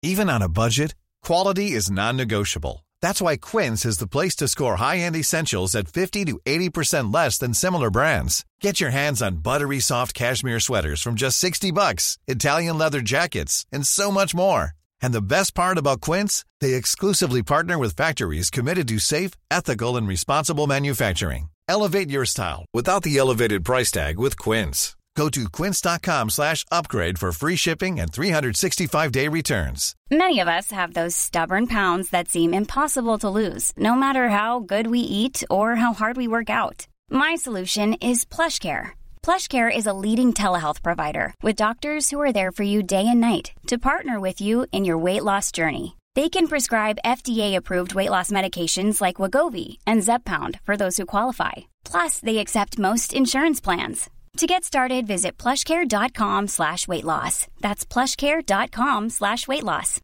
Even on a budget, quality is non-negotiable. That's why Quince is the place to score high-end essentials at 50 to 80% less than similar brands. Get your hands on buttery soft cashmere sweaters from just $60, Italian leather jackets, and so much more. And the best part about Quince, they exclusively partner with factories committed to safe, ethical, and responsible manufacturing. Elevate your style without the elevated price tag with Quince. Go to quince.com/upgrade for free shipping and 365-day returns. Many of us have those stubborn pounds that seem impossible to lose, no matter how good we eat or how hard we work out. My solution is PlushCare. PlushCare is a leading telehealth provider with doctors who are there for you day and night to partner with you in your weight loss journey. They can prescribe FDA-approved weight loss medications like Wegovy and Zepbound for those who qualify. Plus, they accept most insurance plans. To get started, visit plushcare.com/weightloss. That's plushcare.com/weightloss.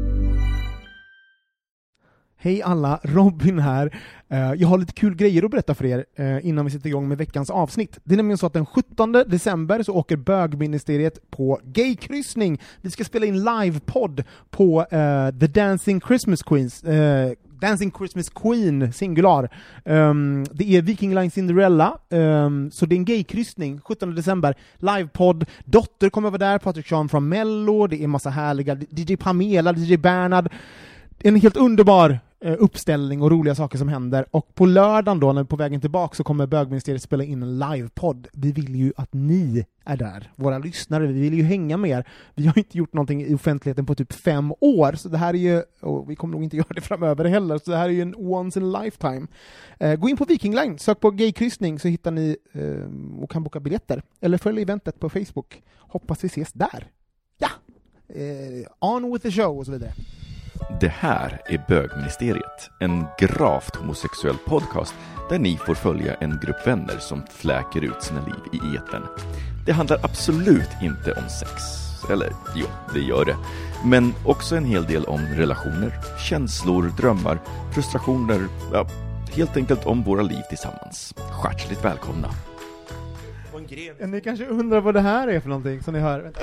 Hej alla, Robin här. Jag har lite kul grejer att berätta för er innan vi sätter igång med veckans avsnitt. Det är nämligen så att den 17 december så åker bögministeriet på gaykryssning. Vi ska spela in livepodd på The Dancing Christmas Queens. Dancing Christmas Queen, singular. Det är Viking Line Cinderella. Så det är en gaykryssning, 17 december. Livepodd. Dotter kommer vara där, Patrik Sean från Mello. Det är massa härliga, DJ Pamela, DJ Bernhard. En helt underbar uppställning och roliga saker som händer. Och på lördagen då, när vi är på vägen tillbaka, så kommer bögministeriet spela in en livepodd. Vi vill ju att ni är där, våra lyssnare. Vi vill ju hänga med er. Vi har inte gjort någonting i offentligheten på typ 5 år. Så det här är ju, och vi kommer nog inte göra det framöver heller. Så det här är ju en once in a lifetime. Gå in på Viking Line, sök på gaykryssning så hittar ni och kan boka biljetter. Eller följ eventet på Facebook. Hoppas vi ses där. Ja! On with the show och så vidare. Det här är Bögministeriet, en gravt homosexuell podcast där ni får följa en grupp vänner som fläker ut sina liv i etern. Det handlar absolut inte om sex, eller jo, det gör det. Men också en hel del om relationer, känslor, drömmar, frustrationer, ja, helt enkelt om våra liv tillsammans. Hjärtligt välkomna. Ni kanske undrar vad det här är för någonting som ni hör. Vänta.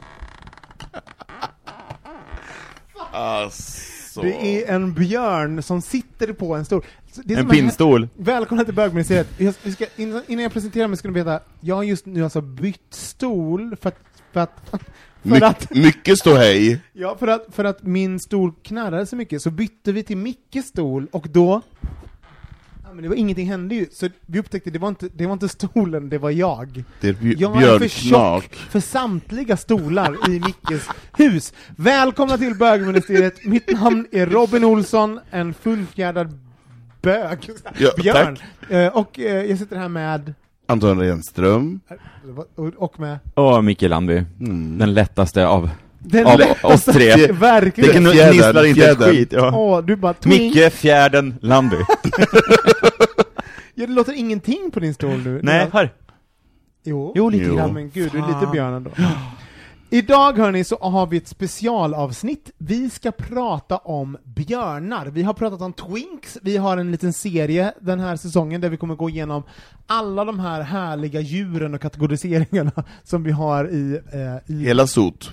Alltså. Det är en björn som sitter på en stol. En pinnstol. Välkomna till bögministeriet. Innan jag presenterar mig ska ni veta, jag har just nu alltså bytt stol för att mycket stå hej. Ja, för att min stol knarrade så mycket, så bytte vi till Mickes stol och då men det var ingenting hände ju, så vi upptäckte det var inte stolen, det var jag. Jag är för tjock för samtliga stolar i Mickes hus. Välkomna till bögministeriet. Mitt namn är Robin Olsson, en fullfjädrad bög. Ja, björn. Och jag sitter här med Anton Renström och med Micke Landby. Den lättaste av oss tre. Verkligen. Det nisslar inte ett skit. Ja. Du bara Micke Fjärden Landby. Ja, det låter ingenting på din stol nu. Nej, hör. Jo, lite grann, men gud, du är lite björn då. Idag, hörni, så har vi ett specialavsnitt. Vi ska prata om björnar. Vi har pratat om twinks. Vi har en liten serie den här säsongen där vi kommer gå igenom alla de här härliga djuren och kategoriseringarna som vi har i hela sot.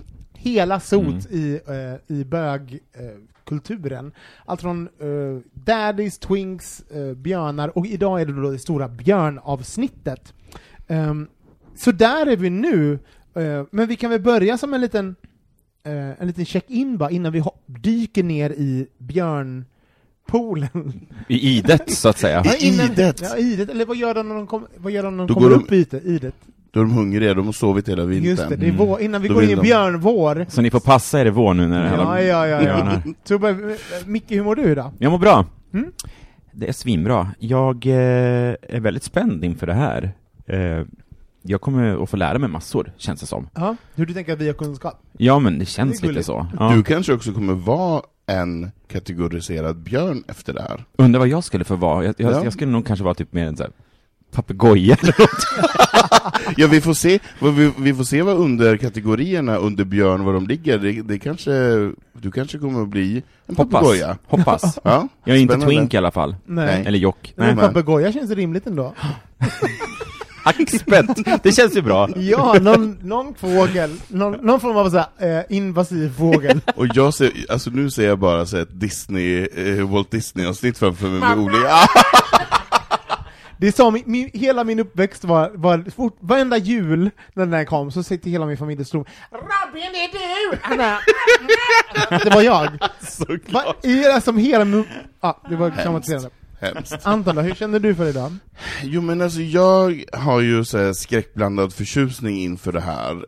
I bögkulturen. Allt från daddies, twinks, björnar, och idag är det då det stora björnavsnittet. Så där är vi nu. Men vi kan väl börja som en liten check-in innan vi dyker ner i björnpoolen. I idet, så att säga. Idet. Eller vad gör de när de kommer upp i idet? Då är de hungriga, de har sovit hela vintern. Just det, det är vår, innan vi går in i björnvår. Så ni får passa, är det vår nu när det Ja. Så Micke, hur mår du idag? Jag mår bra. Det är svinbra. Jag är väldigt spänd inför det här. Jag kommer att få lära mig massor, känns det som. Ja, hur du tänker att vi har kunskap? Ja, men det känns lite så. Ja. Du kanske också kommer vara en kategoriserad björn efter det här. Undrar vad jag skulle få vara. Jag skulle nog kanske vara typ mer en så här papegoja eller något. Ja, vi får se vad under kategorierna under björn, vad de ligger. Det kanske, du kanske kommer att bli en papegoja. Hoppas. Ja, jag är inte twink i alla fall. Nej. Eller jock. Men papegoja känns rimligt ändå. Hackspett, det känns ju bra. Ja, någon fågel, någon form av så här, invasiv fågel. Och jag ser, alltså nu ser jag bara så ett Disney, Walt Disney-avsnitt framför mig med olika... Det är som hela min uppväxt var fort, varenda jul när den här kom så sitter hela min familj och slog Robin, det är du! Anna. Det var jag. Såklart. Som hela det var traumatiserande. Hemskt. Anton då, hur känner du för det då? Jo men alltså jag har ju så här skräckblandad förtjusning inför det här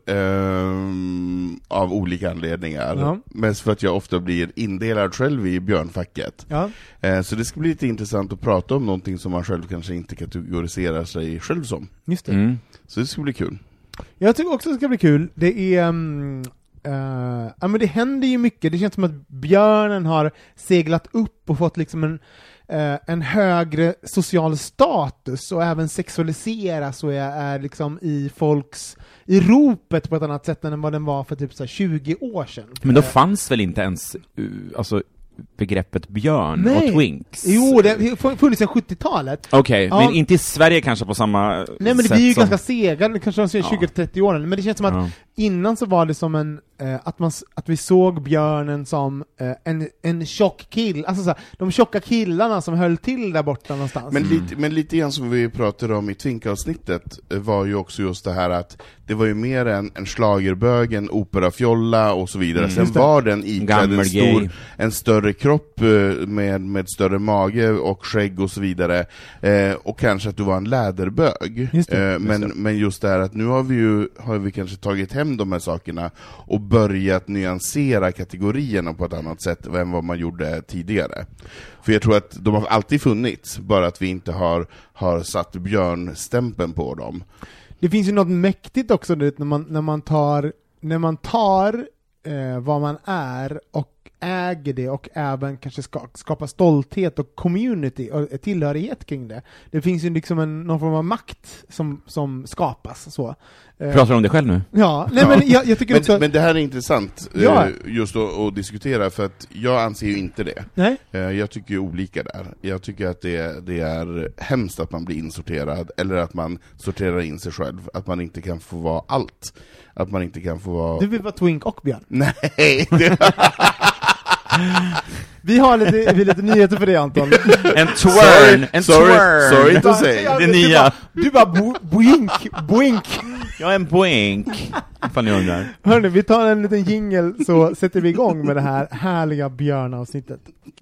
av olika anledningar. Ja. Mest för att jag ofta blir indelad själv i björnfacket. Ja. Så det ska bli lite intressant att prata om någonting som man själv kanske inte kategoriserar sig själv som. Just det. Så det ska bli kul. Jag tycker också det ska bli kul. Det är men det händer ju mycket. Det känns som att björnen har seglat upp och fått liksom en högre social status och även sexualiseras och är liksom i ropet på ett annat sätt än vad den var för typ så 20 år sedan. Men då fanns väl inte ens begreppet björn och twinks? Jo, det har funnits sedan 70-talet. Okej, men inte i Sverige kanske på samma sätt. Nej, men det blir ju ganska sega, kanske de säger 20-30 år. Men det känns som att innan så var det som att vi såg björnen som en tjock kill, alltså så här, de tjocka killarna som höll till där borta någonstans. Men lite grann som vi pratade om i Twink-avsnittet var ju också just det här att det var ju mer en schlagerbög, en operafjolla och så vidare. Sen var den iklädd en större kropp med större mage och skägg och så vidare. Och kanske att du var en läderbög. Men just det här att nu har vi kanske tagit hem de här sakerna och börjat nyansera kategorierna på ett annat sätt än vad man gjorde tidigare. För jag tror att de har alltid funnits, bara att vi inte har satt björnstämpeln på dem. Det finns ju något mäktigt också när man tar vad man är och äger det och även kanske skapa stolthet och community och tillhörighet kring det. Det finns ju liksom någon form av makt som skapas så. Pratar du om det själv nu? Ja, nej, men jag tycker också... Men det här är intressant just att diskutera, för att jag anser ju inte det. Nej. Jag tycker ju olika där. Jag tycker att det är hemskt att man blir insorterad eller att man sorterar in sig själv. Att man inte kan få vara allt. Att man inte kan få vara... Du vill vara twink och björn? Nej! Vi har lite nyheter för det, Anton. En twirl! Sorry to say. Det nya. Du bara boink. Jag är en boink. Fan, jag undrar. Hörrni, vi tar en liten jingle så sätter vi igång med det här härliga björnavsnittet.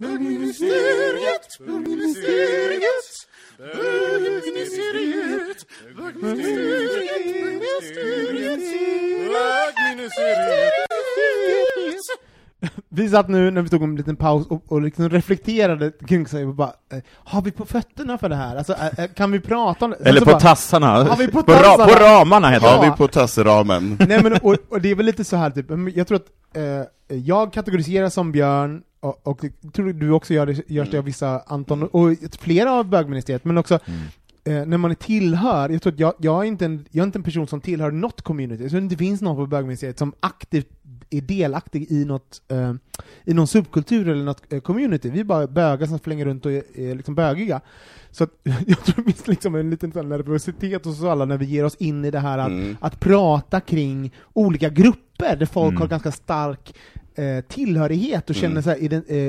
Vi satt nu när vi tog en liten paus och liksom reflekterade kring sig och bara, har vi på fötterna för det här? Alltså, kan vi prata om det? Eller på tassarna. Har vi på tassarna? På ramarna heter det. Har vi på tasseramen? Nej, men och det är väl lite så här typ, jag tror att jag kategoriseras som björn och tror du också görs det av vissa, Anton, och flera av bögministeriet, men också när man tillhör, jag tror att jag är inte en person som tillhör något community, så det inte finns någon på bögministeriet som aktivt är delaktig i i någon subkultur eller något community. Vi är bara bögar som flänger runt och är liksom bögiga. Så att, jag tror det finns liksom en liten nervositet hos alla när vi ger oss in i det här att prata kring olika grupper där folk har ganska stark tillhörighet och känner så här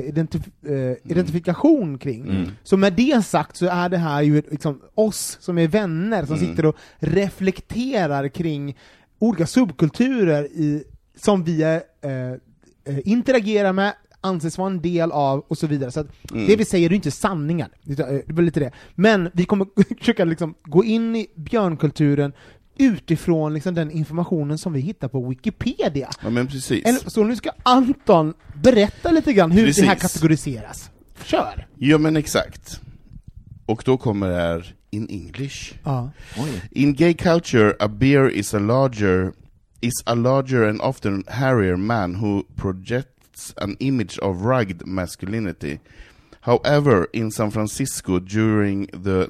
identifikation kring. Så med det sagt så är det här ju liksom oss som är vänner som sitter och reflekterar kring olika subkulturer som vi interagerar med, anses vara en del av och så vidare. Så att det vi säger är inte sanningar. Det är väl lite det. Men vi kommer försöka liksom gå in i björnkulturen utifrån liksom den informationen som vi hittar på Wikipedia. Ja, men precis. Så nu ska Anton berätta lite grann hur det här kategoriseras. Kör! Ja, men exakt. Och då kommer det här in English. In gay culture, a bear is a larger and often hairier man who projects an image of rugged masculinity. However, in San Francisco during the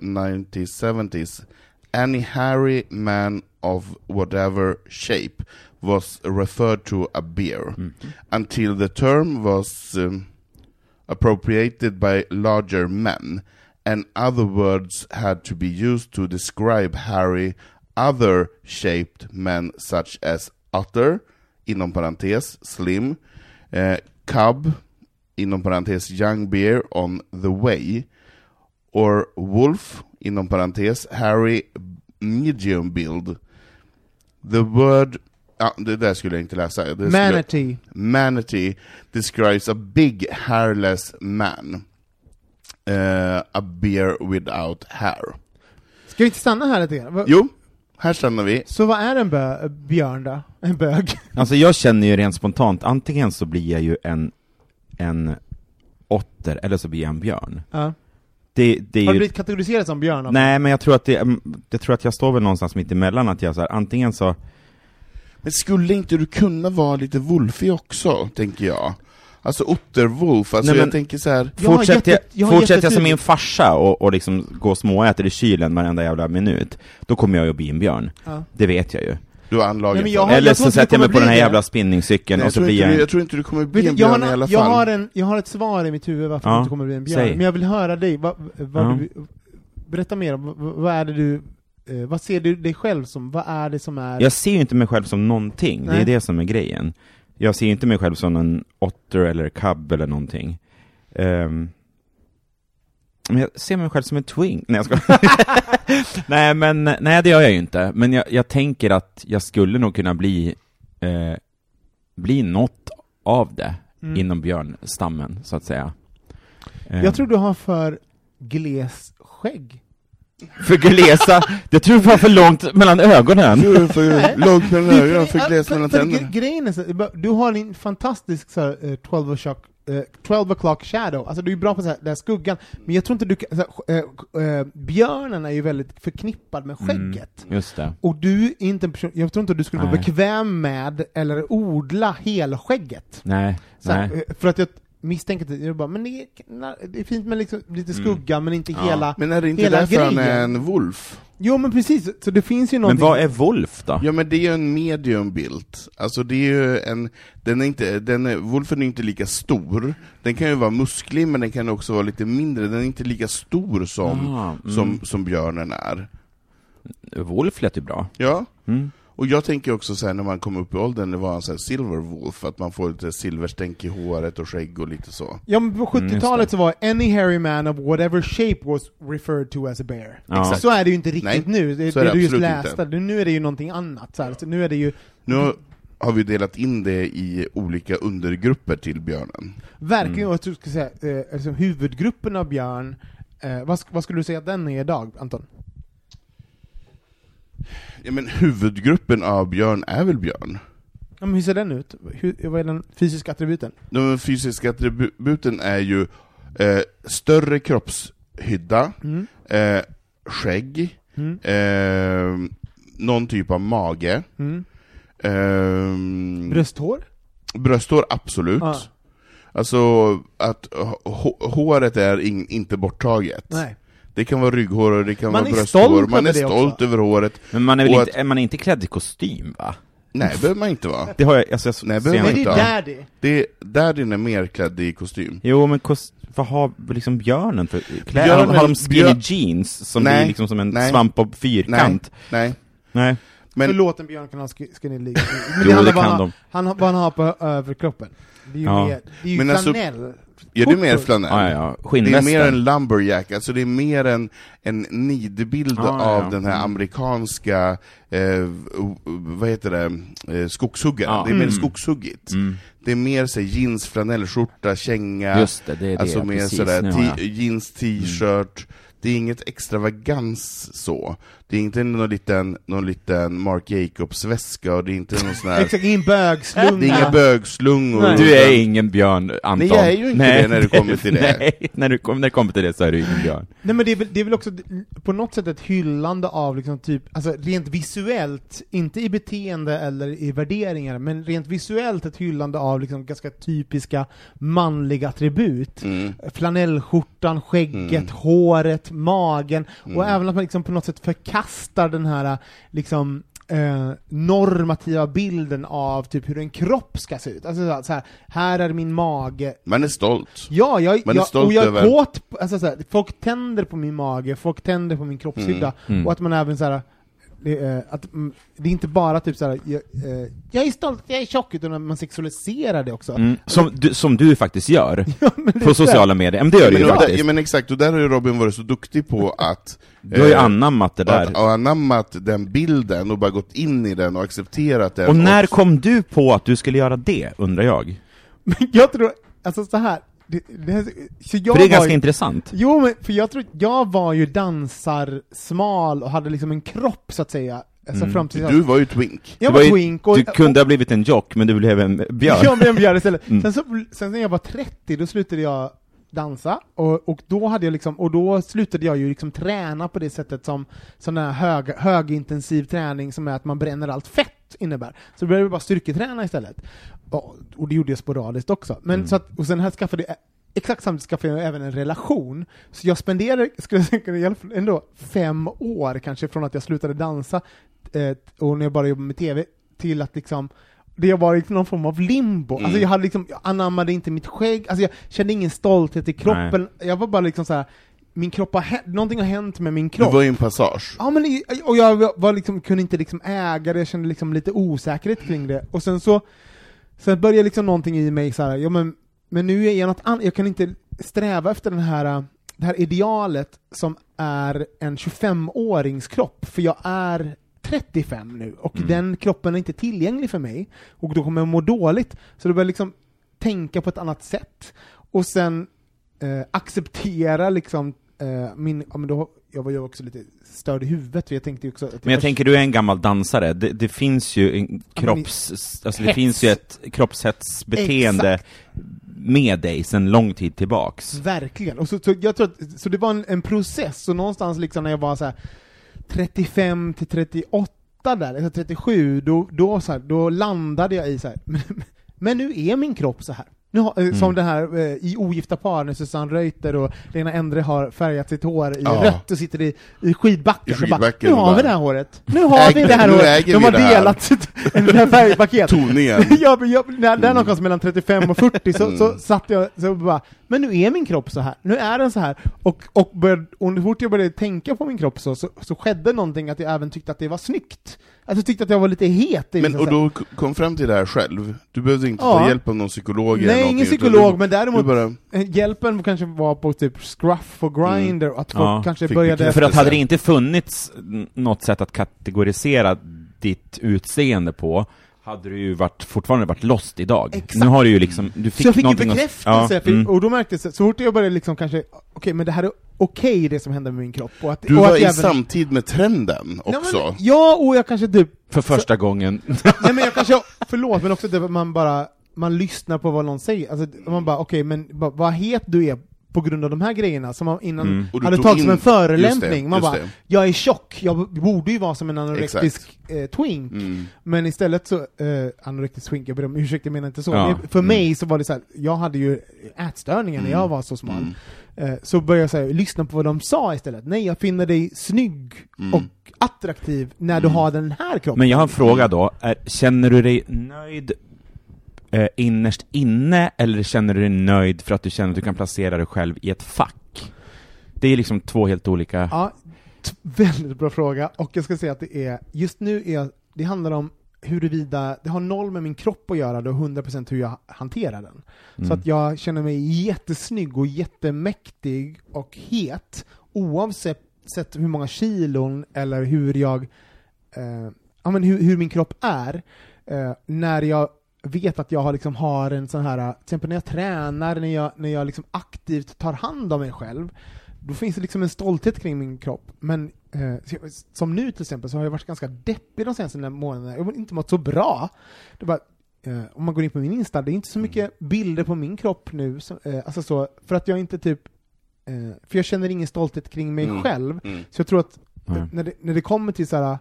1970s, any hairy man of whatever shape was referred to a bear, until the term was appropriated by larger men and other words had to be used to describe hairy, other-shaped men such as otter, inom parentes, slim, cub, inom parentes, young bear on the way, or wolf, inom parentes, hairy, medium build. The word... det där skulle jag inte läsa. Manatee describes a big hairless man. A bear without hair. Ska vi inte stanna här lite grann? Jo, här stannar vi. Så vad är en björn då? En bög? Alltså jag känner ju rent spontant, antingen så blir jag ju en otter eller så blir jag en björn. Ja. Det har ju... du blivit kategoriserad som björn? Nej, men jag tror att jag står väl någonstans mitt emellan, att jag så här, antingen så... Men skulle inte du kunna vara lite wolfig också, tänker jag? Alltså otterwolf, alltså. Nej, jag tänker så här. Fortsätter jag som min farsa och liksom gå och småäter i kylen varenda jävla minut, då kommer jag ju bli en björn. Ja. Det vet jag ju. Du har anlaget. Eller så sätter jag mig på den här jävla spinningcykeln och så blir jag... Jag tror inte du kommer bli en björn i alla fall. Jag har ett svar i mitt huvud varför du inte kommer bli en björn. Men jag vill höra dig. Berätta mer. Vad är det du... vad ser du dig själv som? Vad är det som är... Jag ser ju inte mig själv som någonting. Nej. Det är det som är grejen. Jag ser inte mig själv som en otter eller cub eller någonting. Men jag ser mig själv som en twink. Nej, jag ska... nej, det gör jag ju inte. Men jag tänker att jag skulle nog kunna bli något av det inom björnstammen, så att säga. Jag tror du har för gles skägg. För glesa, det tror jag var för långt mellan ögonen. För långt mellan ögonen, för gles mellan tänderna. Grejen är så, du har en fantastisk så här, 12 o'clock shadow. Alltså du är bra på så här, där skuggan. Men jag tror inte du kan... björnen är ju väldigt förknippad med skägget. Just det. Och du är inte en person... Jag tror inte att du skulle vara bekväm med eller odla helskägget. Nej. För att jag misstänker att jag bara, men det är fint med liksom lite skugga, men inte hela. Men är det inte därför han är en wolf? Jo, men precis, så det finns ju någonting. Men vad är wolf då? Ja, men det är ju en medium build. Alltså det är ju wolfen är inte lika stor. Den kan ju vara musklig, men den kan också vara lite mindre. Den är inte lika stor som björnen är. Wolf lät ju bra. Ja. Och jag tänker också så här, när man kommer upp i åldern, det var en sån här silver wolf, att man får lite silverstänk i håret och skägg och lite så. Ja, men på 70-talet så var any hairy man of whatever shape was referred to as a bear. Ja. Så är det ju inte riktigt nu. Det du just läste. Nu är det ju någonting annat. Så nu är det ju... Nu har vi delat in det i olika undergrupper till björnen. Verkligen, och jag tror jag ska säga, alltså, huvudgruppen av björn, vad skulle du säga att den är idag, Anton? Ja, men huvudgruppen av björn är väl björn? Ja, men hur ser den ut? Vad är den fysiska attributen? De fysiska attributen är ju större kroppshydda, skägg, någon typ av mage, brösthår, absolut. Alltså att håret är inte borttaget. Nej. Det kan vara rygghår och det kan vara brösthår. Man är stolt över håret. Men man är väl man är inte klädd i kostym, va? Nej, behöver man inte vara. Det har jag, nej, behöver man inte. Det är Daddyn är mer klädd i kostym. Jo, men vad har liksom björnen för kläder? Har de skinny jeans som blir liksom som en svamp på fyrkant? Nej. Men förlåt, en björn kan ha skinny jeans. Jo, det kan de. Vad han har på överkroppen. Det är ju flanell. Ja, det är mer flanell. Ja. Det är mer en lumberjack, alltså det är mer en nidbild av den här amerikanska vad heter det, skogshuggaren. Det är mer skogshuggigt. Det är mer så jeans, flanell, skjorta, känga. Just det är alltså det. Mer precis, sådär jeans, t-shirt. Det är inget extravagans så. Det är inte någon liten Marc Jacobs väska, och det är inte någon sån här... Exakt, ingen bögslunga. Det är inga bögslungor. Du är ingen björn, Anton. Nej, jag är ju inte det när det kommer till det. Nej, när det kommer till det så är du ingen björn. Nej, men det är väl också på något sätt ett hyllande av liksom typ, alltså rent visuellt, inte i beteende eller i värderingar, men rent visuellt ett hyllande av liksom ganska typiska manliga attribut. Flanellskjortan, skägget, håret, magen, och även att man liksom på något sätt förkastar den här liksom normativa bilden av typ hur en kropp ska se ut. Alltså så här är min mage. Man är stolt. Ja, jag är kåt, alltså så här, folk tänder på min mage, folk tänder på min kroppshydda, och att man även så här, att det är inte bara typ så här, jag är stolt, jag är tjock, utan man sexualiserar det också. Som du faktiskt gör på sociala medier. Men det gör du ju faktiskt. Ja, men exakt, och där har ju Robin varit så duktig på att du har ju anammat det där. Att anammat den bilden och bara gått in i den och accepterat den. Och när kom du på att du skulle göra det, undrar jag? Men jag tror, alltså så här, för det är ganska intressant. Jo, men för jag tror jag var ju smal och hade liksom en kropp så att säga. Alltså fram till du var ju twink. Jag var twink och, du kunde ha blivit en jock, men du blev en björn. Jag blev en björn istället. Sen när jag var 30, då slutade jag dansa, och då hade jag liksom, och då slutade jag ju liksom träna på det sättet som sån här högintensiv träning som är att man bränner allt fett innebär. Så då började jag bara styrketräna istället. Och det gjorde jag sporadiskt också. Men så att, och sen här skaffade jag exakt samtidigt skaffade jag även en relation. Så jag spenderade, skulle jag säga, ändå 5 år kanske från att jag slutade dansa och när jag bara jobbade med tv till att liksom det var liksom någon form av limbo. Alltså jag hade liksom, jag anammade inte mitt skägg. Alltså jag kände ingen stolthet i kroppen. Nej. Jag var bara liksom så här, min kropp någonting har hänt med min kropp. Du var i en passage. Ja, men och jag var liksom, kunde inte liksom äga det. Jag kände liksom lite osäkerhet kring det. Och sen började liksom någonting i mig så här, ja men nu är jag något annat. Jag kan inte sträva efter det här idealet som är en 25-årings kropp, för jag är 35 nu och den kroppen är inte tillgänglig för mig, och då kommer jag må dåligt. Så då börjar jag liksom tänka på ett annat sätt och sen acceptera liksom jag var ju också lite störd i huvudet, för jag tänkte också att men jag tänker, du är en gammal dansare. Det finns ju en det finns ju ett kroppshetsbeteende med dig sedan lång tid tillbaks. Verkligen. Och så jag tror att så det var en process, och någonstans liksom när jag var så här 35 till 38 där, eller 37, då landade jag i så här, men nu är min kropp så här. Nu som det här i Ogifta par när Susanne Reuter och Lena Endre har färgat sitt hår i rött och sitter i skidbacken. Nu har vi det här håret. Nu har vi det här håret. De har delat en färgpaket. Toningen. När någonstans mellan 35 och 40 så satt jag så bara, men nu är min kropp så här. Nu är den så här. Och fort jag började tänka på min kropp så skedde någonting, att jag även tyckte att det var snyggt. Att jag tyckte att jag var lite het. Och då kom fram till det här själv. Du behövde inte ta hjälp av någon psykolog. Nej, ingen psykolog, men däremot hjälpen kanske var på typ Scruff och Grindr, att folk kanske började... För att hade det inte funnits något sätt att kategorisera ditt utseende på, hade du ju fortfarande varit lost idag. Exakt. Nu har du ju liksom, du fick, så jag fick någonting en bekräftelse, och då märkte jag så fort jag började liksom kanske, okej, men det här är okej, det som händer med min kropp. Och att, du var i samtid med trenden också. Och jag kanske typ... För första gången. Nej, men jag kanske, förlåt, men också det man lyssnar på vad någon säger. Alltså, man bara, okej, men vad het du är på grund av de här grejerna som man innan hade tagit som en förelämpning. Man bara, jag är tjock, jag borde ju vara som en anorektisk twink. Men istället så, anorektisk twink, jag ber om ursäkt, jag menar inte så. För mig så var det så här, jag hade ju ätstörningar när jag var så smal. Så började jag säga, lyssna på vad de sa istället. Nej, jag finner dig snygg och attraktiv när du har den här kroppen. Men jag har en fråga då, känner du dig nöjd innerst inne, eller känner du dig nöjd för att du känner att du kan placera dig själv i ett fack? Det är liksom 2 helt olika... Ja, väldigt bra fråga. Och jag ska säga att just nu det handlar om huruvida det har 0 med min kropp att göra, och 100% hur jag hanterar den. Så att jag känner mig jättesnygg och jättemäktig och het, oavsett hur många kilon eller hur jag hur min kropp är, när jag vet att jag har en sån här, till exempel när jag tränar, när jag liksom aktivt tar hand om mig själv, då finns det liksom en stolthet kring min kropp. Men som nu till exempel så har jag varit ganska deppig de senaste månaderna. Jag har inte mått så bra. Det bara, om man går in på min Insta, det är inte så mycket bilder på min kropp nu, alltså så, för att jag inte typ för jag känner ingen stolthet kring mig själv. Så jag tror att när det kommer till så här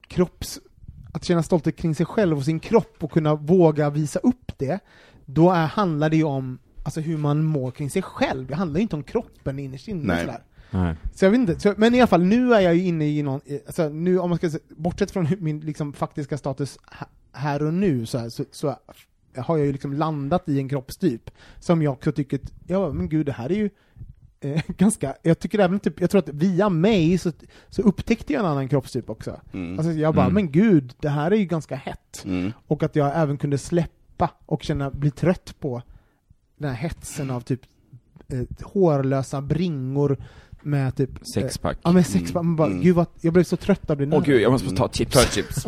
att känna stolthet kring sig själv och sin kropp och kunna våga visa upp det, då handlar det ju om hur man mår kring sig själv. Det handlar ju inte om kroppen innerst inne. Nej. Så jag vet inte, men i alla fall nu är jag ju inne i någon, alltså nu om man ska bortsett från min liksom faktiska status här och nu så har jag ju liksom landat i en kroppstyp som jag också tycker men gud, det här är ju ganska, jag tycker även typ, jag tror att via mig så upptäckte jag en annan kroppstyp också. Alltså jag bara, men gud, det här är ju ganska hett. Och att jag även kunde släppa och bli trött på den här hetsen av typ hårlösa bringor med typ sexpack. Ja, med sexpack. Man bara, gud vad, jag blev så trött av det nu. Gud, jag måste få ta chips.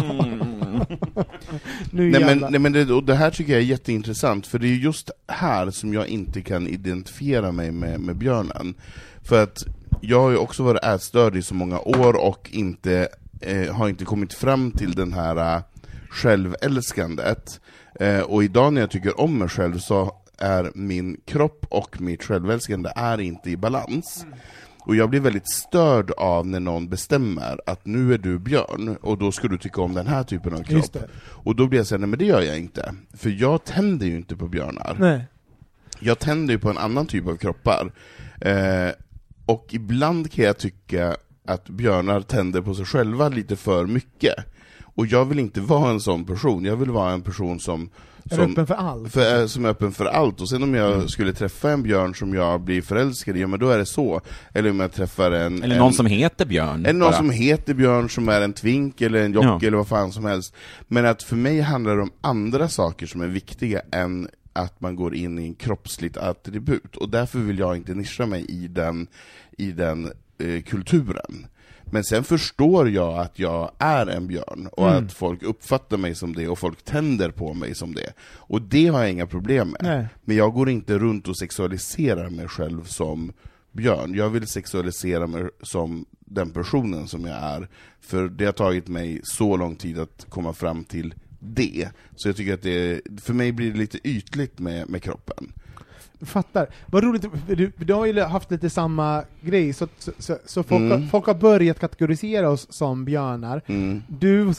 Nej men det här tycker jag är jätteintressant, för det är just här som jag inte kan identifiera mig med björnen. För att jag har ju också varit ätstörd i så många år och har inte kommit fram till den här självälskandet. Och idag när jag tycker om mig själv så är min kropp och mitt självälskande är inte i balans. Och jag blir väldigt störd av när någon bestämmer att nu är du björn och då ska du tycka om den här typen av kropp. Och då blir jag såhär, nej men det gör jag inte. För jag tänder ju inte på björnar. Nej. Jag tänder ju på en annan typ av kroppar. Och ibland kan jag tycka att björnar tänder på sig själva lite för mycket. Och jag vill inte vara en sån person. Jag vill vara en person som är öppen för allt. Som är öppen för allt. Och sen om jag skulle träffa en björn som jag blir förälskad i, ja men då är det så. Eller om jag träffar eller någon som heter björn. Eller någon som heter björn, som är en twink eller en jock eller vad fan som helst. Men att för mig handlar det om andra saker som är viktiga än att man går in i en kroppsligt attribut. Och därför vill jag inte nischa mig i den kulturen. Men sen förstår jag att jag är en björn och att folk uppfattar mig som det och folk tänder på mig som det. Och det har jag inga problem med. Nej. Men jag går inte runt och sexualiserar mig själv som björn. Jag vill sexualisera mig som den personen som jag är. För det har tagit mig så lång tid att komma fram till det. Så jag tycker att för mig blir det lite ytligt med kroppen. Fattar. Vad roligt, du har ju haft lite samma grej, så folk har börjat kategorisera oss som björnar. Du,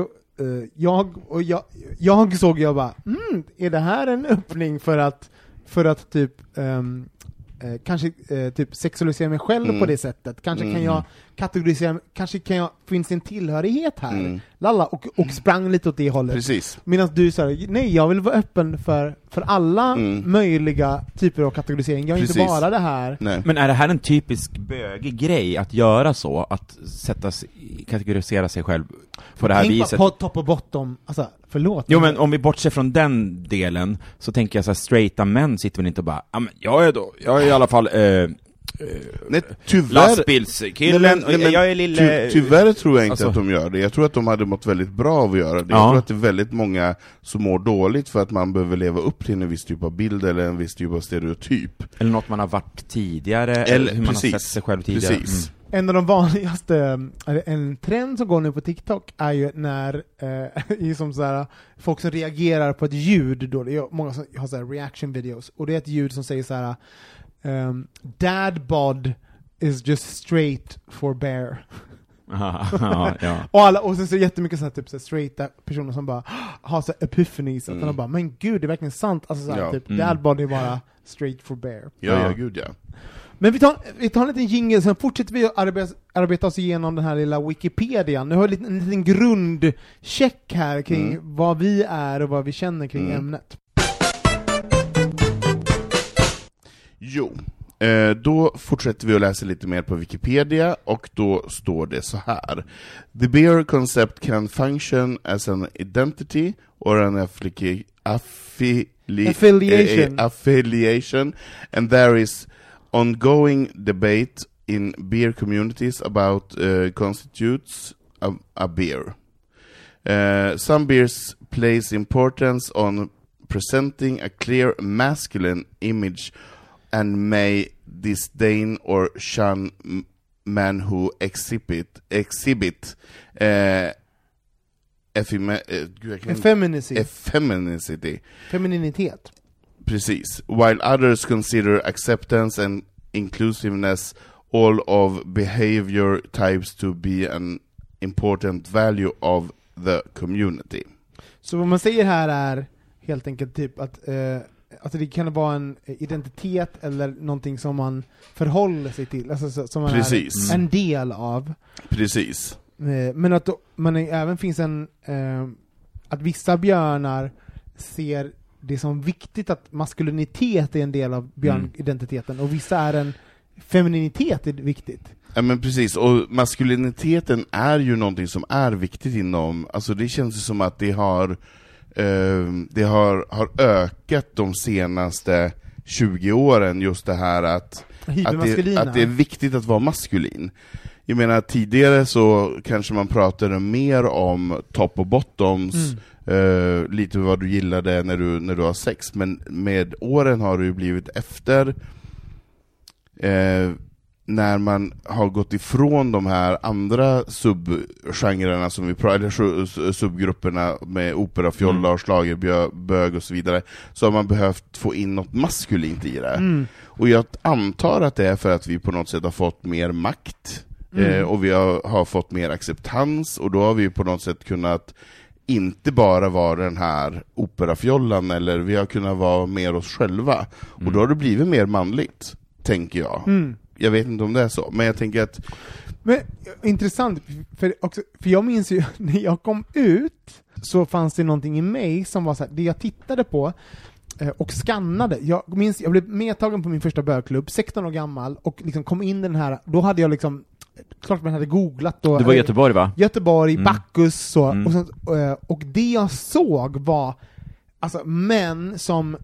jag såg, jag bara, är det här en öppning för att typ kanske typ sexualisera mig själv på det sättet? Kanske kan jag kategorisera, finns en tillhörighet här? Lalla, och sprang lite åt det hållet. Precis. Medan du sa, nej, jag vill vara öppen för alla möjliga typer av kategorisering. Jag är inte bara det här. Nej. Men är det här en typisk bögig grej att göra så? Att kategorisera sig själv på det här viset? Tänk på top och bottom. Alltså, förlåt. Jo, men om vi bortser från den delen så tänker jag så här, straighta män sitter väl inte och bara, jag är i alla fall nej, tyvärr, lastbilskillen, jag är lille... Tyvärr tror jag inte att de gör det. Jag tror att de hade mått väldigt bra av att göra det. Jag tror att det är väldigt många som mår dåligt för att man behöver leva upp till en viss typ av bild eller en viss typ av stereotyp. Eller något man har varit tidigare, eller hur man har sett sig själv tidigare. Precis. En av de vanligaste, en trend som går nu på TikTok är ju när som så här, folk som reagerar på ett ljud då. Det är många som har så här reaction videos, och det är ett ljud som säger så här: dad bod is just straight for bear. Ja. Och sen så är det jättemycket så här, typ så här straighta personer som bara har så här epiphanies, att de bara, men gud, det är verkligen sant. Alltså så här, typ, dad bod är bara straight for bear. Ja, gud ja. Men vi tar en liten jingle, sen fortsätter vi att arbeta oss igenom den här lilla Wikipedia. Nu har vi en liten grundcheck här kring vad vi är och vad vi känner kring ämnet. Jo, då fortsätter vi att läsa lite mer på Wikipedia, och då står det så här: The bear concept can function as an identity or an affiliation, and there is ongoing debate in beer communities about constitutes a beer. Some beers place importance on presenting a clear masculine image and may disdain or shun men who exhibit Femininitet. Precis. While others consider acceptance and inclusiveness all of behavior types to be an important value of the community. Så vad man säger här är helt enkelt typ att alltså det kan vara en identitet eller någonting som man förhåller sig till, alltså som man är en del av. Precis. Men att man även finns att vissa björnar ser det som viktigt att maskulinitet är en del av björnidentiteten och vissa är en femininitet är viktigt. Ja men precis, och maskuliniteten är ju någonting som är viktigt inom, alltså det känns som att det har ökat de senaste 20 åren, just det här att det är viktigt att vara maskulin. Jag menar, tidigare så kanske man pratade mer om top och bottoms, lite vad du gillade när du har sex, men med åren har det ju blivit efter när man har gått ifrån de här andra subgenrerna som vi pratar, eller subgrupperna med opera, fjolla och schlagerbög och så vidare, så har man behövt få in något maskulint i det. Och jag antar att det är för att vi på något sätt har fått mer makt och vi har fått mer acceptans, och då har vi på något sätt kunnat inte bara vara den här operafjollan, eller vi har kunnat vara mer oss själva, och då har det blivit mer manligt, tänker jag. Jag vet inte om det är så, men jag tänker att... Men intressant, för jag minns ju när jag kom ut så fanns det någonting i mig som var så här, det jag tittade på och skannade. Jag blev medtagen på min första bögklubb, 16 år gammal, och liksom kom in den här, då hade jag liksom, klart man hade googlat då. Det var Göteborg, va? Göteborg, Bacchus så, och det jag såg var alltså män som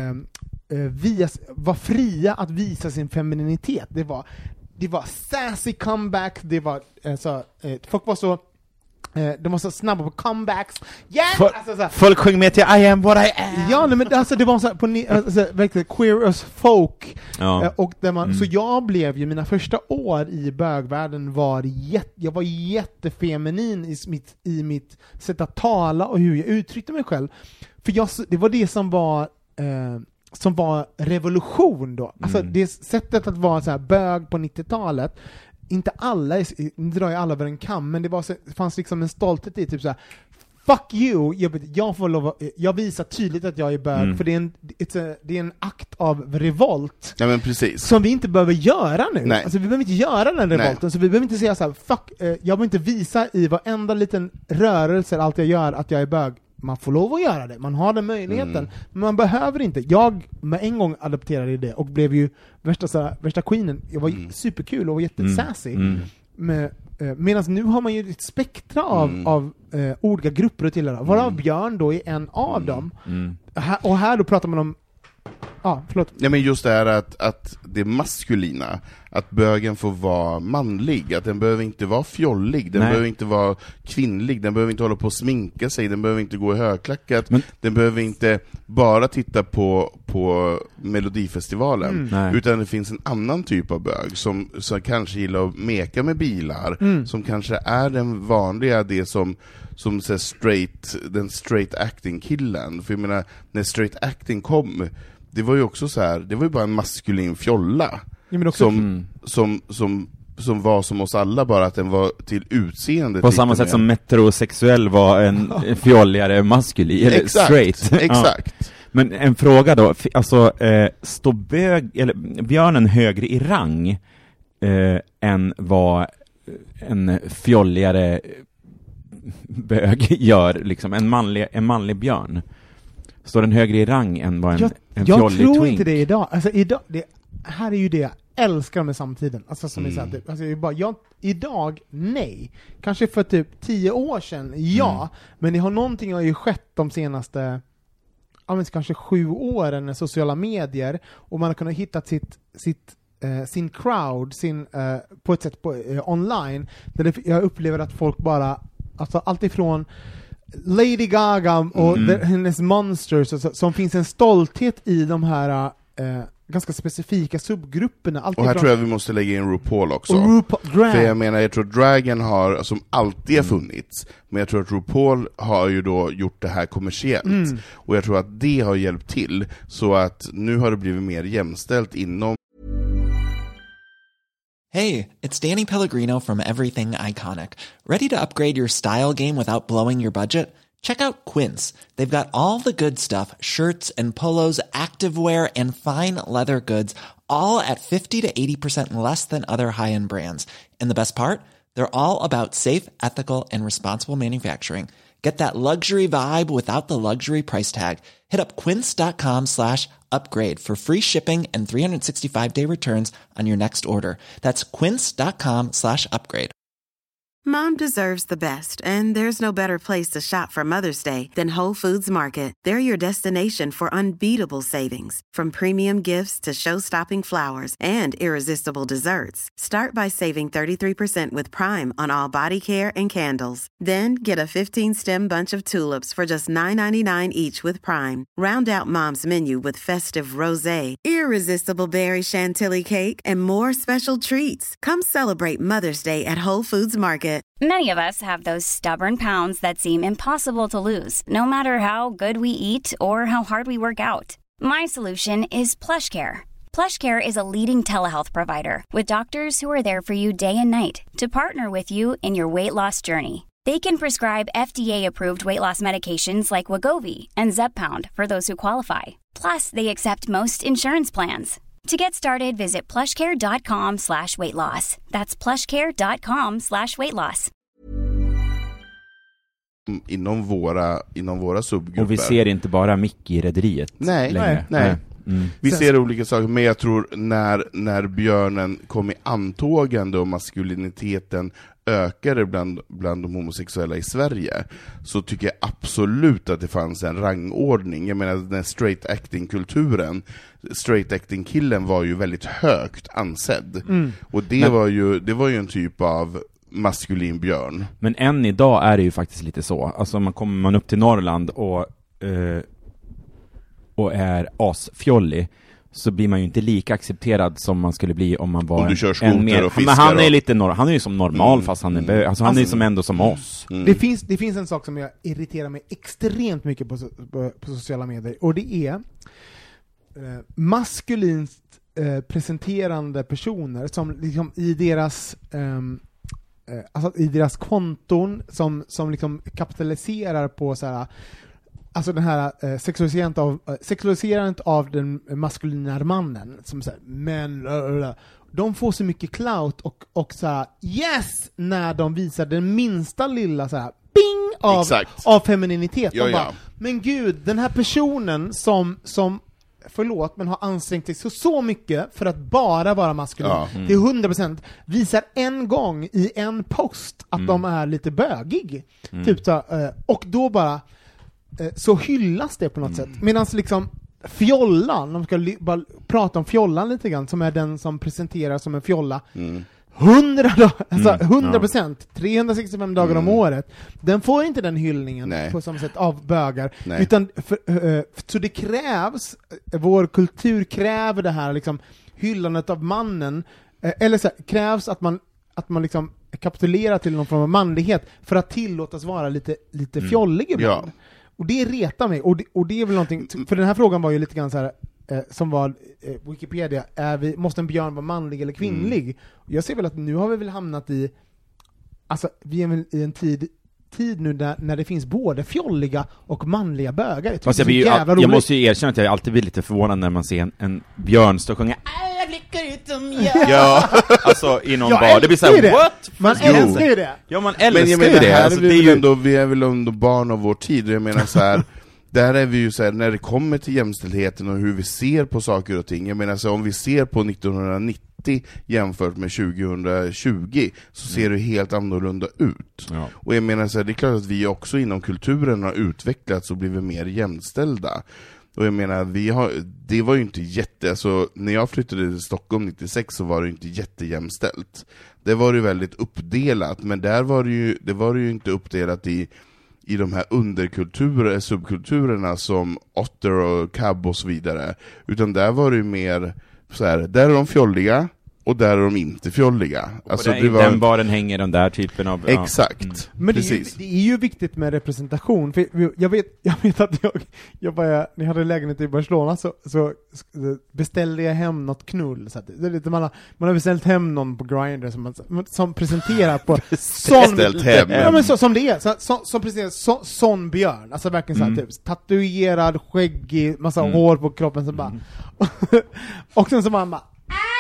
var fria att visa sin femininitet. Det var sassy comeback, det var folk var så de var så snabba på comebacks. Folk sjöng med till I am what I am. Ja, nej, men alltså det var så här, verkligen queer as folk. Ja. Och där man, så jag blev ju, mina första år i bögvärlden jag var jättefeminin i mitt sätt att tala och hur jag uttryckte mig själv. För det var det som var revolution då. Alltså det sättet att vara så här bög på 90-talet. Inte alla, nu drar jag alla över en kam, men det fanns liksom en stolthet i typ så här: fuck you, jag visar tydligt att jag är bög, för det är en akt av revolt. Ja, men precis. Som vi inte behöver göra nu. Nej. Alltså vi behöver inte göra den revolten. Nej. Så vi behöver inte säga så här: fuck, jag behöver inte visa i varenda liten rörelse, allt jag gör, att jag är bög. Man får lov att göra det, man har den möjligheten, men man behöver inte. Jag med en gång adopterade det och blev ju värsta queenen. Jag var superkul och var jättesassy. Medan nu har man ju ett spektra av olika grupper att tillhöra. Varav Björn då är en av dem. Och här då pratar man om förlåt. Ja, men just det här att det maskulina, att bögen får vara manlig, att den behöver inte vara fjollig, den behöver inte vara kvinnlig, den behöver inte hålla på att sminka sig, den behöver inte gå i högklackat, den behöver inte bara titta på Melodifestivalen, utan det finns en annan typ av bög som kanske gillar att meka med bilar, som kanske är den vanliga, det som den straight acting killen. För jag menar, när straight acting kom, det var ju också så här, det var ju bara en maskulin fjolla, som var som oss alla, bara att den var till utseende på samma sätt som metrosexuell var en fjolligare maskulin eller straight. Exakt. Men en fråga då, alltså står björnen högre i rang än vad en fjolligare bög gör, liksom en manlig björn? Står den högre i rang än vad en fjollig twink? Jag tror inte det idag. Alltså här är ju det jag älskar med samtiden. Alltså som jag sagt, alltså idag, nej. Kanske för typ 10 år sedan, ja. Men det har någonting har ju skett de senaste kanske 7 åren med sociala medier, och man har kunnat hitta sin crowd, på ett sätt online, där jag upplever att folk bara, alltså allt ifrån Lady Gaga och hennes Monsters, som finns en stolthet i de här ganska specifika subgrupperna. Och här tror jag vi måste lägga in RuPaul också. För jag menar, jag tror Dragon har, som alltid har funnits, men jag tror att RuPaul har ju då gjort det här kommersiellt. Och jag tror att det har hjälpt till, så att nu har det blivit mer jämställt inom. Hey, it's Danny Pellegrino from Everything Iconic. Ready to upgrade your style game without blowing your budget? Check out Quince. They've got all the good stuff, shirts and polos, activewear, and fine leather goods, all at 50 to 80% less than other high-end brands. And the best part? They're all about safe, ethical, and responsible manufacturing. Get that luxury vibe without the luxury price tag. Hit up quince.com/upgrade for free shipping and 365-day returns on your next order. That's quince.com/upgrade. Mom deserves the best, and there's no better place to shop for Mother's Day than Whole Foods Market. They're your destination for unbeatable savings, from premium gifts to show-stopping flowers and irresistible desserts. Start by saving 33% with Prime on all body care and candles. Then get a 15-stem bunch of tulips for just $9.99 each with Prime. Round out Mom's menu with festive rosé, irresistible berry chantilly cake, and more special treats. Come celebrate Mother's Day at Whole Foods Market. Many of us have those stubborn pounds that seem impossible to lose, no matter how good we eat or how hard we work out. My solution is PlushCare. PlushCare is a leading telehealth provider with doctors who are there for you day and night to partner with you in your weight loss journey. They can prescribe FDA-approved weight loss medications like Wegovy and Zepbound for those who qualify. Plus, they accept most insurance plans. To get started, visit plushcare.com/weightloss. That's plushcare.com/weightloss. Inom våra subgrupper. Och vi ser inte bara Mickey-rederiet längre. Nej. Vi ser olika saker, men jag tror när björnen kom i antågande och maskuliniteten ökade bland de homosexuella i Sverige, så tycker jag absolut att det fanns en rangordning. Jag menar, den straight acting-kulturen, straight acting-killen var ju väldigt högt ansedd. Och det var ju en typ av maskulin björn. Men än idag är det ju faktiskt lite så. Alltså kommer man upp till Norrland och är asfjollig, så blir man ju inte lika accepterad som man skulle bli om man var om du kör skoter och fiskar. Men han är lite han är ju som normal, fast han är alltså han är som ändå som oss. Det finns en sak som jag irriterar mig extremt mycket på sociala medier, och det är maskulint presenterande personer som liksom i deras i deras konton som liksom kapitaliserar på så här, alltså den här sexualiserandet av den maskulina mannen, som så här, men de får så mycket clout och så här, yes, när de visar den minsta lilla så här bing av femininitet. Ja. Men gud, den här personen som förlåt, men har ansträngt sig så mycket för att bara vara maskulin till 100%, visar en gång i en post att de är lite bögig. Typ så, och då bara så hyllas det på något sätt. Medan liksom fjollan, de ska bara prata om fjollan lite grann, som är den som presenterar som en fjolla 100%, 365 dagar om året. Den får inte den hyllningen på samma sätt av bögar. Utan så det krävs, vår kultur kräver det här liksom hyllandet av mannen, eller så här, krävs att man liksom kapitulerar till någon form av manlighet för att tillåtas vara lite fjollig ibland. Ja. Och det retar mig, och det är väl någonting, för den här frågan var ju lite grann så här, som var Wikipedia, måste en björn vara manlig eller kvinnlig? Jag ser väl att nu har vi väl hamnat i, alltså vi är väl i en tid nu när det finns både fjolliga och manliga bögar. Jag måste ju erkänna att jag alltid blir lite förvånad när man ser en björn stå och sjunga jag blickar ut som jag. Ja, alltså i någon bar. Det blir så här, what? Man älskar ju det. Ja, man älskar ju det. Alltså, vi är väl ändå barn av vår tid. Jag menar så här, där är vi ju så här, när det kommer till jämställdheten och hur vi ser på saker och ting. Jag menar så, om vi ser på 1990 jämfört med 2020 så ser det helt annorlunda ut. Ja. Och jag menar så här, det är klart att vi också inom kulturen har utvecklats och blivit mer jämställda. Och jag menar, det var ju inte alltså, när jag flyttade till Stockholm 96 så var det inte jättejämställt. Det var ju väldigt uppdelat, men där var det ju inte uppdelat i de här underkulturer, subkulturerna som otter och cab och så vidare, utan där var det ju mer så här, där är de fjolliga, och där är de inte fjolliga. Alltså, det var... den baren hänger den där typen av... Exakt. Men det är ju viktigt med representation. För jag vet att när jag hade lägenhet i Barcelona så beställde jag hem något knull. Så att det är lite, man har beställt hem någon på Grindr som presenterar på beställt hem. Ja, men som det är. Som presenterar sån björn. Alltså verkligen så här, typ tatuerad, skäggig, massa hår på kroppen. Så bara, och sen så man bara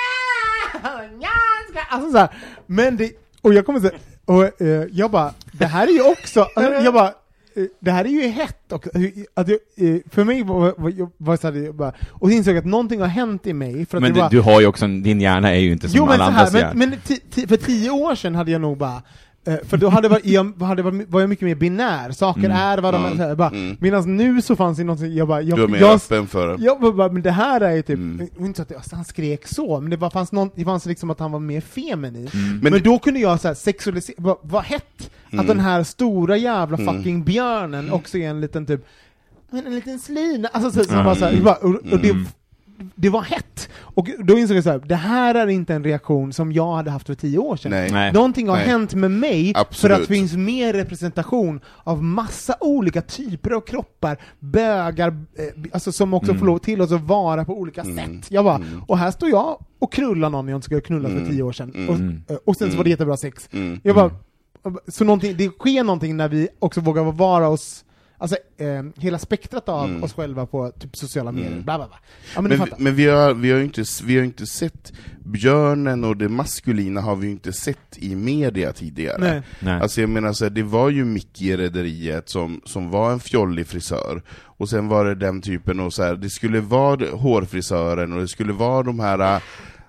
alltså så här, men det, och jag kommer säga, och jag bara, det här är ju också, jag bara, det här är ju hett också, att för mig var så här, bara, och så insåg jag att någonting har hänt i mig. För att men du har ju också, din hjärna är ju inte som alla andras hjärna. Men för 10 år sedan hade jag nog bara, för då var jag mycket mer binär. Saker är vad de är. Bara, medan nu så fanns det något du är mer öppen för det. Jag bara, men det här är ju typ inte så att han skrek så, men det fanns liksom att han var mer feminin. Men då kunde jag så här sexualisera, vad hett att den här stora jävla fucking björnen också är en liten typ, en liten slina, alltså så bara så här, och det var hett. Och då insåg jag så här, det här är inte en reaktion som jag hade haft för 10 år sedan. Nej. Någonting har hänt med mig. Absolut. För att det finns mer representation av massa olika typer av kroppar, bögar, alltså som också får lov till oss att vara på olika sätt. Jag bara, och här står jag och krullar någon jag inte skulle knulla för 10 år sedan. Och sen så var det jättebra sex. Jag bara, så det sker någonting när vi också vågar vara oss. Alltså hela spektrat av oss själva på typ sociala medier. Bla bla bla. Ja, men vi har inte sett björnen, och det maskulina har vi ju inte sett i media tidigare. Nej. Alltså jag menar så här, det var ju Micke i Rederiet som var en fjollig frisör, och sen var det den typen, och så här, det skulle vara hårfrisören, och det skulle vara de här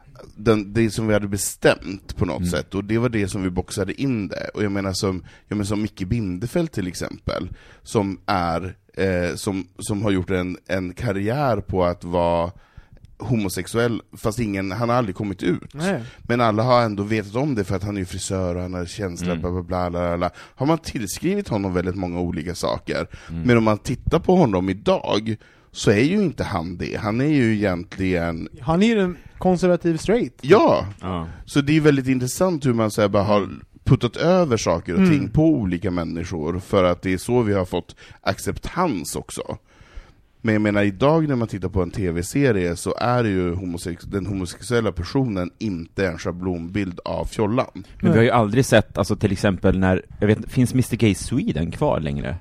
det som vi hade bestämt på något sätt, och det var det som vi boxade in det. Och jag menar som Micke Bindefeld till exempel, som är som har gjort en karriär på att vara homosexuell, fast han har aldrig kommit ut. Nej. Men alla har ändå vetat om det för att han är frisör och han har känsla, bla bla bla bla bla. Har man tillskrivit honom väldigt många olika saker. Men om man tittar på honom idag, så är ju inte han det. Han är ju egentligen... Han är ju en konservativ straight. Ja. Så det är väldigt intressant hur man så här bara har puttat över saker och ting på olika människor, för att det är så vi har fått acceptans också. Men jag menar, idag när man tittar på en tv-serie så är ju den homosexuella personen inte en schablonbild av fjollan. Men vi har ju aldrig sett, alltså till exempel när, finns Mr. Gay Sweden kvar längre?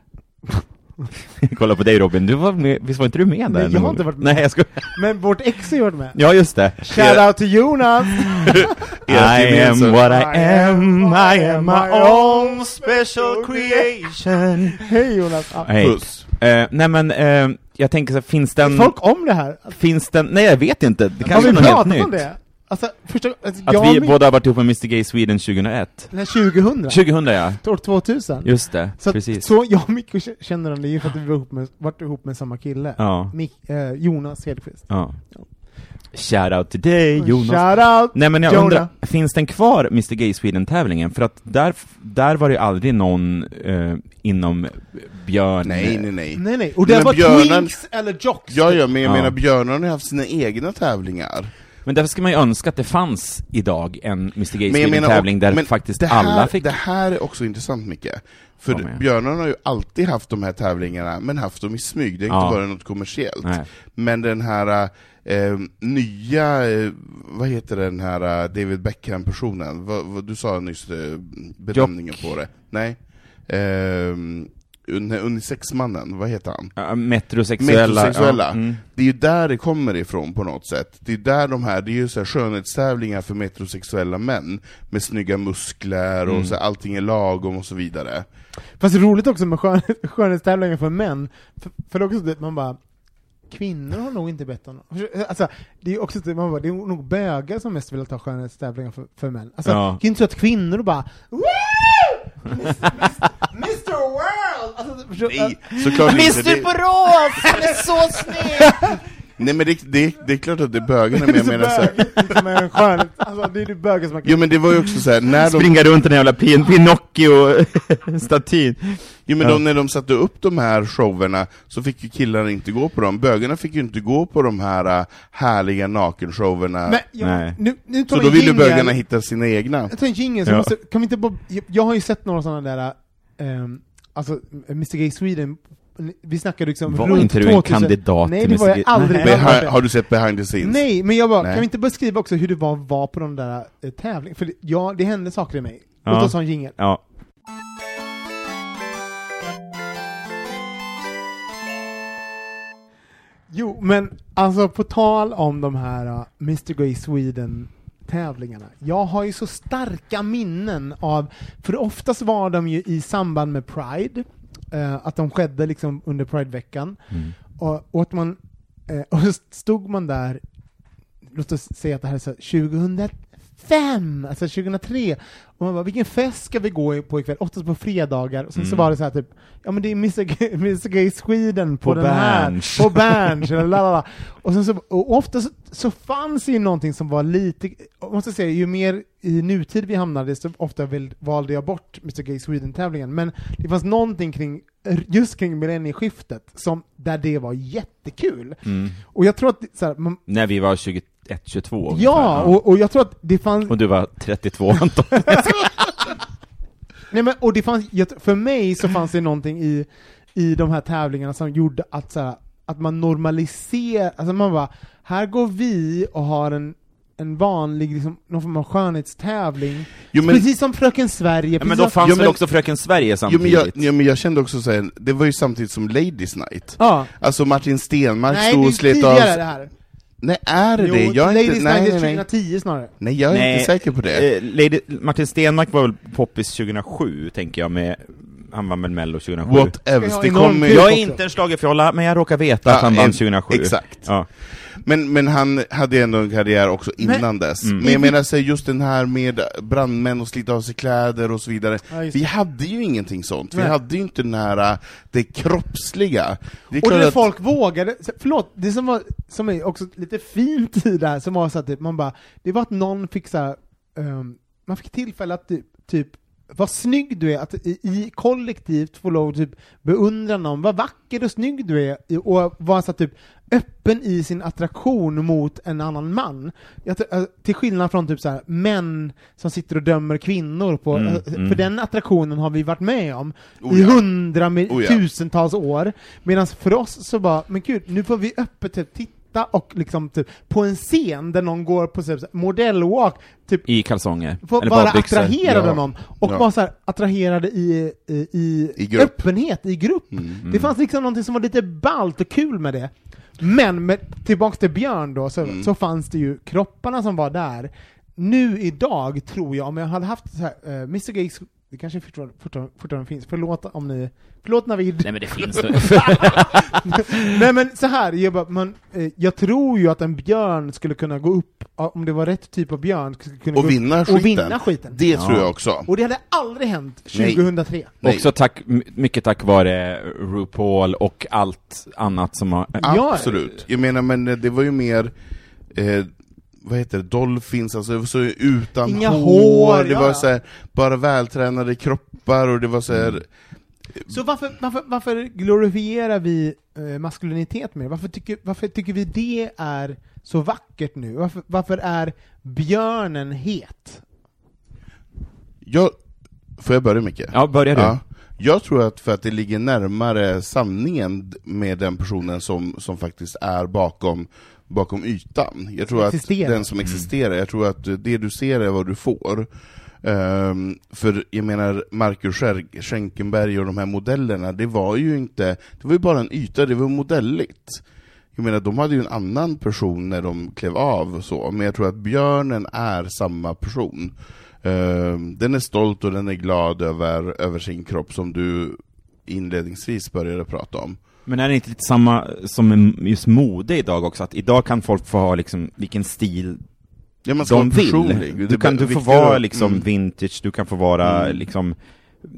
Kolla på dig, Robin, visst var inte du med där? Nej, jag har inte varit med. Nej, jag ska... Men vårt ex har varit med. Ja, just det. Shout out to Jonas. I am what I am my own special creation. Hej Jonas. Puss. Nej men, jag tänker så, finns den... folk om det här? Finns den... Nej, jag vet inte. Det kanske har vi är något helt pratat nytt. om det? Alltså, att vi båda har varit ihop med Mr. Gay Sweden 2001. Nej, 2000. 2000, ja. År 2000. Just det, så precis. Så jag och Mikko känner den, det är ju för att vi varit ihop med samma kille. Ja. Jonas Hedqvist. Ja. Shout out till dig, Jonas. Shout out. Nej, men jag undrar, finns den kvar, Mr. Gay Sweden-tävlingen? För att där var det aldrig någon inom björn... Nej. Och det var Twinks eller Jocks. Ja, men jag menar, björnarna har haft sina egna tävlingar. Men därför ska man ju önska att det fanns idag en Mr. Gay Sweden-tävling där faktiskt alla fick... Det här är också intressant, mycket. För björnarna har ju alltid haft de här tävlingarna, men haft dem i smyg. Det är inte bara något kommersiellt. Nej. Men den här nya, vad heter den här David Beckham-personen? Vad du sa nyss, benämningen på det. Nej. Unisexmannen, vad heter han? Metrosexuella. Det är ju där det kommer ifrån på något sätt. Det är där det är ju så här skönhetstävlingar för metrosexuella män med snygga muskler och så här, allting är lagom och så vidare. Fast det är roligt också med skönhetstävlingar för män, för också det, man bara, kvinnor har nog inte bett om det. Alltså, det är också det, man bara, det är nog bögar som mest vill ta skönhetstävlingar för män. Alltså, det är inte så att kvinnor bara Mr. World! Alltså, nej, såklart Mr. Borås! Han är så snygg! Nej, men det är klart att det är bögarna, men jag menar så här. Alltså, det är ju bögar som man kan... Jo, men det var ju också så här, när springa runt den jävla Pinocchio-statyn. Jo, men när de satte upp de här showerna så fick ju killarna inte gå på dem. Bögarna fick ju inte gå på de här härliga nakenshowerna. Men, nu så då ville bögarna hitta sina egna. Jag tar en jingle, så kan vi inte bara... Jag har ju sett några sådana där... alltså, Mr. Gay Sweden... Vi snackade liksom var runt inte du 2000. En kandidat? Nej, det var jag aldrig. Har du sett behind the scenes? Nej, men jag bara, kan vi inte beskriva också hur det var på de där tävlingarna? För det hände saker i mig. Låt oss ha en jingle. Ja. Jo, men alltså på tal om de här Mr. Gay Sweden tävlingarna. Jag har ju så starka minnen av, för oftast var de ju i samband med Pride, att de skedde liksom under Pride-veckan. Och att man och stod man där, låt oss säga att det här är så 2005, alltså 2003, och man bara, vilken fest ska vi gå på ikväll? Oftast på fredagar, och sen så var det så här typ, ja men det är Mr. Gay Sweden på den Berns. här, på Berns, eller och sen så, och ofta så fanns det ju någonting som var lite, jag måste säga, ju mer i nutid vi hamnade, så ofta valde jag bort Mr. Gay Sweden-tävlingen, men det fanns någonting kring millennieskiftet som där det var jättekul. Och jag tror att så här, när vi var 21-22. Ja, och jag tror att det fanns... Och du var 32, Anton. Nej, men, och det fanns, för mig så fanns det någonting i de här tävlingarna som gjorde att, så här, att man normaliserar, alltså man bara, här går vi och har en vanlig, liksom, någon form av skönhetstävling. Jo, men, precis som Fröken Sverige. Ja, men då fanns väl också Fröken Sverige samtidigt. Men jag kände också så här, det var ju samtidigt som Ladies Night. Ja. Alltså Martin Stenmarck stod och slet av... det här. Nej, är det det? Jag är inte, nej, 2010 snarare. Nej, jag är inte säker på det. Martin Stenmarck var väl poppis 2007, tänker jag, med... Han var med Mello 2007. Jag är inte en schlagerfjolla, men jag råkar veta att han vann 2007. Exakt. Ja. Men han hade ändå en karriär också innan dess. Men jag menar sig just den här med brandmän och slita av sig kläder och så vidare. Vi hade ju ingenting sånt. Vi hade ju inte den här, det kroppsliga. Det och det folk vågade, förlåt, det som är också lite fint i det här, som var så att typ, man bara, det var att någon fick så här, man fick tillfälle att typ vad snygg du är, att i kollektivt få lov att typ beundra någon, vad vacker och snygg du är, och vara så typ öppen i sin attraktion mot en annan man. Till skillnad från typ så här män som sitter och dömer kvinnor på, för den attraktionen har vi varit med om i tusentals år, medan för oss så bara, men gud, nu får vi öppet typ titta och liksom typ på en scen där någon går på typ modellwalk typ i kalsonger eller bara attraherad av någon och bara så här attraherade i öppenhet i grupp. Det fanns liksom någonting som var lite ballt och kul med det. Men tillbaks till Björn då, så fanns det ju kropparna som var där. Nu idag tror jag, om jag hade haft så här, Mr. Gay, det kanske fortfarande finns. Förlåt Navid. Nej, men det finns det. Nej, men så här, jag tror ju att en björn skulle kunna gå upp, om det var rätt typ av björn, skulle kunna och vinna skiten. Det tror jag också. Och det hade aldrig hänt 2003. Nej. Också mycket tack vare RuPaul och allt annat som har... Absolut. Jag menar, men det var ju mer... vad heter det, dolphins, alltså det var så utan inga hår, det var så här, bara vältränade kroppar, och det var så här... Så varför glorifierar vi maskulinitet med? Varför tycker vi det är så vackert nu? Varför är björnen het? Får jag börja, Micke? Ja, börja du. Ja. Jag tror att för att det ligger närmare sanningen med den personen som faktiskt är bakom ytan. Jag tror att den som existerar, jag tror att det du ser är vad du får. För jag menar, Marcus Schenkenberg och de här modellerna, det var ju bara en yta, det var modelligt. Jag menar, de hade ju en annan person när de klev av och så, men jag tror att björnen är samma person. Den är stolt och den är glad över sin kropp, som du inledningsvis började prata om. Men är det inte lite samma som just mode idag också? Att idag kan folk få ha liksom vilken stil de vill. Du får vara liksom vintage, du kan få vara liksom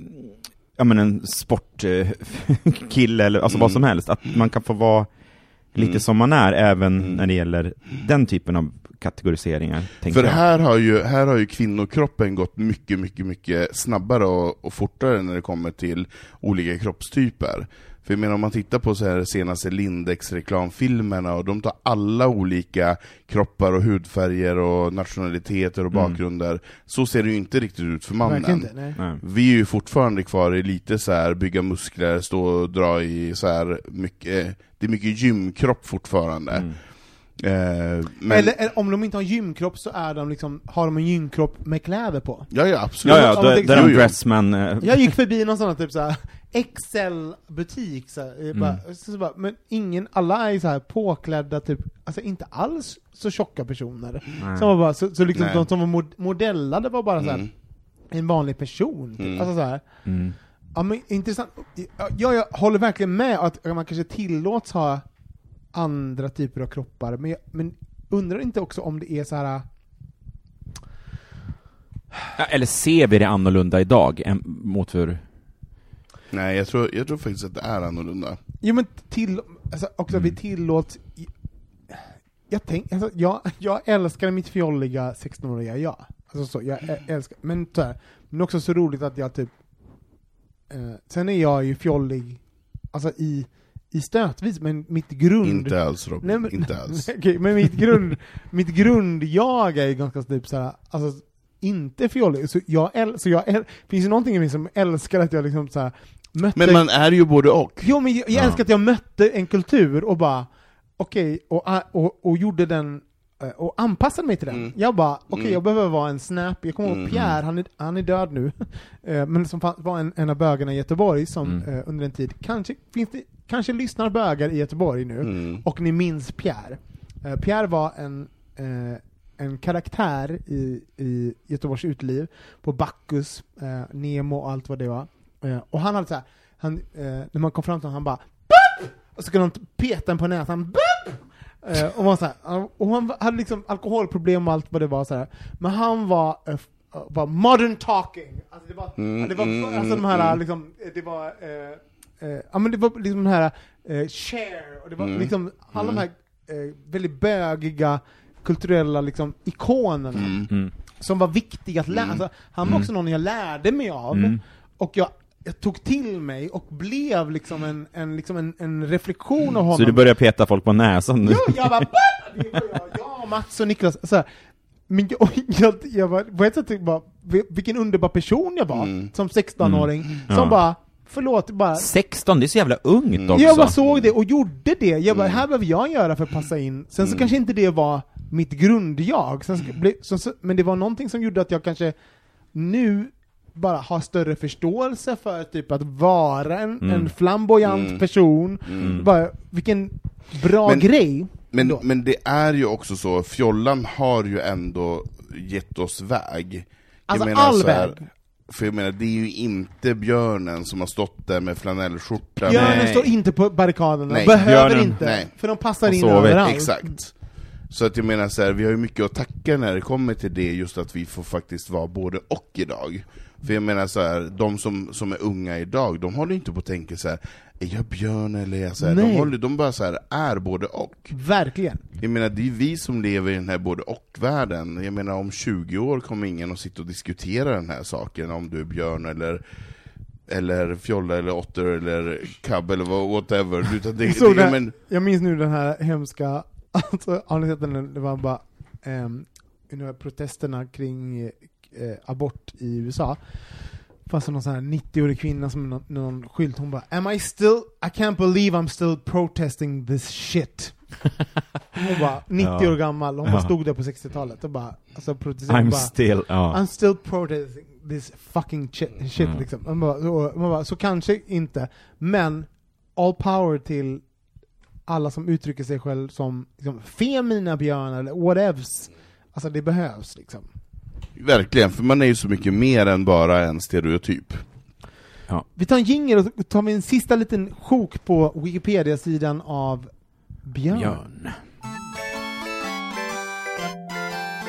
en sportkille eller alltså vad som helst. Att man kan få vara lite som man är, även när det gäller den typen av kategoriseringar. För här har ju kvinnokroppen gått mycket, mycket, mycket snabbare och fortare när det kommer till olika kroppstyper. För jag menar, om man tittar på så här senaste Lindex-reklamfilmerna, och de tar alla olika kroppar och hudfärger och nationaliteter och bakgrunder, så ser det ju inte riktigt ut för mannen. Inte, nej. Vi är ju fortfarande kvar i lite så här bygga muskler, stå och dra i så här mycket, det är mycket gymkropp fortfarande. Men... Eller om de inte har gymkropp så är de liksom, har de en gymkropp med kläder på. Ja, absolut. Ja, då är de dressman. Jag gick förbi någon sån typ såhär XL-butik så men alla är så här påklädda typ, alltså inte alls så tjocka personer. Som var bara, så liksom de som var modellade var bara så här en vanlig person typ. Alltså så här. Ja, men intressant. Jag håller verkligen med att man kanske tillåts ha andra typer av kroppar, men undrar inte också om det är så här. Eller ser vi det annorlunda idag mot hur? Nej, jag tror faktiskt att det är annorlunda. Jo, men också vi tillåts. Jag älskar mitt fjolliga 16-åriga jag. Alltså så, jag älskar, men också så roligt att jag typ sen är jag ju fjollig alltså i stötvis, men mitt grund... Inte alls, Robin. Nej, men, inte alls. Okay, men mitt grund jag är ganska typ såhär, alltså inte fjollig. Så finns det någonting i mig som älskar att jag liksom såhär mötte... Men man är ju både och. Jo, men jag älskar att jag mötte en kultur och bara och gjorde den och anpassade mig till den. Jag bara, jag behöver vara en snap. Jag kommer ihåg Pierre, han är död nu. Men som var en av bögarna i Göteborg som under en tid, kanske lyssnar bögar i Göteborg nu och ni minns Pierre. Pierre var en karaktär i Göteborgs utliv på Bacchus, Nemo och allt vad det var. Och han hade så här, när man kom fram till honom, han bara Bup! Och så kunde de peta en på näsan. Bup! Och var så här, och han hade liksom alkoholproblem och allt vad det var så här. Men han var modern talking. Alltså det var alltså de här liksom det var men det var liksom den här share, och det var liksom alla de här väldigt bögiga kulturella liksom ikonerna som var viktiga att lära. Alltså, han var också någon jag lärde mig av och jag tog till mig och blev liksom en reflektion av honom. Så du började peta folk på näsan? Ja, jag bara jag, Mats och Niklas så här. Men jag var på ett sätt bara, vilken underbar person jag var som 16-åring som bara förlåt, bara 16, det är så jävla ungt också. Jag bara såg det och gjorde det. Jag bara, här behöver jag göra för att passa in. Sen så kanske inte det var mitt grundjag. Men det var någonting som gjorde att jag kanske nu bara har större förståelse för typ att vara en flamboyant person. Bara, vilken bra grej. Men det är ju också så, fjollan har ju ändå gett oss väg. Alltså all väg. För jag menar, det är ju inte björnen som har stått där med flanellskjorta. Björnen står inte på barrikaderna. Behöver björnen, inte. Nej. För de passar in överallt. Exakt. Så att jag menar så här, vi har ju mycket att tacka när det kommer till det, just att vi får faktiskt vara både och idag. För jag menar så här, de som är unga idag, de håller inte på att tänka så här, är jag björn eller är jag så här? De bara så här, är både och. Verkligen. Jag menar, det är vi som lever i den här både och-världen. Jag menar, om 20 år kommer ingen att sitta och diskutera den här saken, om du är björn eller fjolla eller otter eller cub eller whatever. Utan jag minns nu den här hemska, alltså, har ni sett den? Det var bara protesterna kring abort i USA. Fast någon sån här 90-årig kvinna som någon skylt, hon bara, I can't believe I'm still protesting this shit. Hon bara 90 år gammal, hon bara stod där på 60-talet och bara, alltså protesterade, I'm still protesting this fucking shit liksom. Man bara, så kanske inte, men all power till alla som uttrycker sig själv som liksom, femina björnar eller whatevs. Alltså det behövs liksom. Verkligen, för man är ju så mycket mer än bara en stereotyp. Ja. Vi tar en jingle och tar en sista liten sjok på Wikipedia-sidan av björn.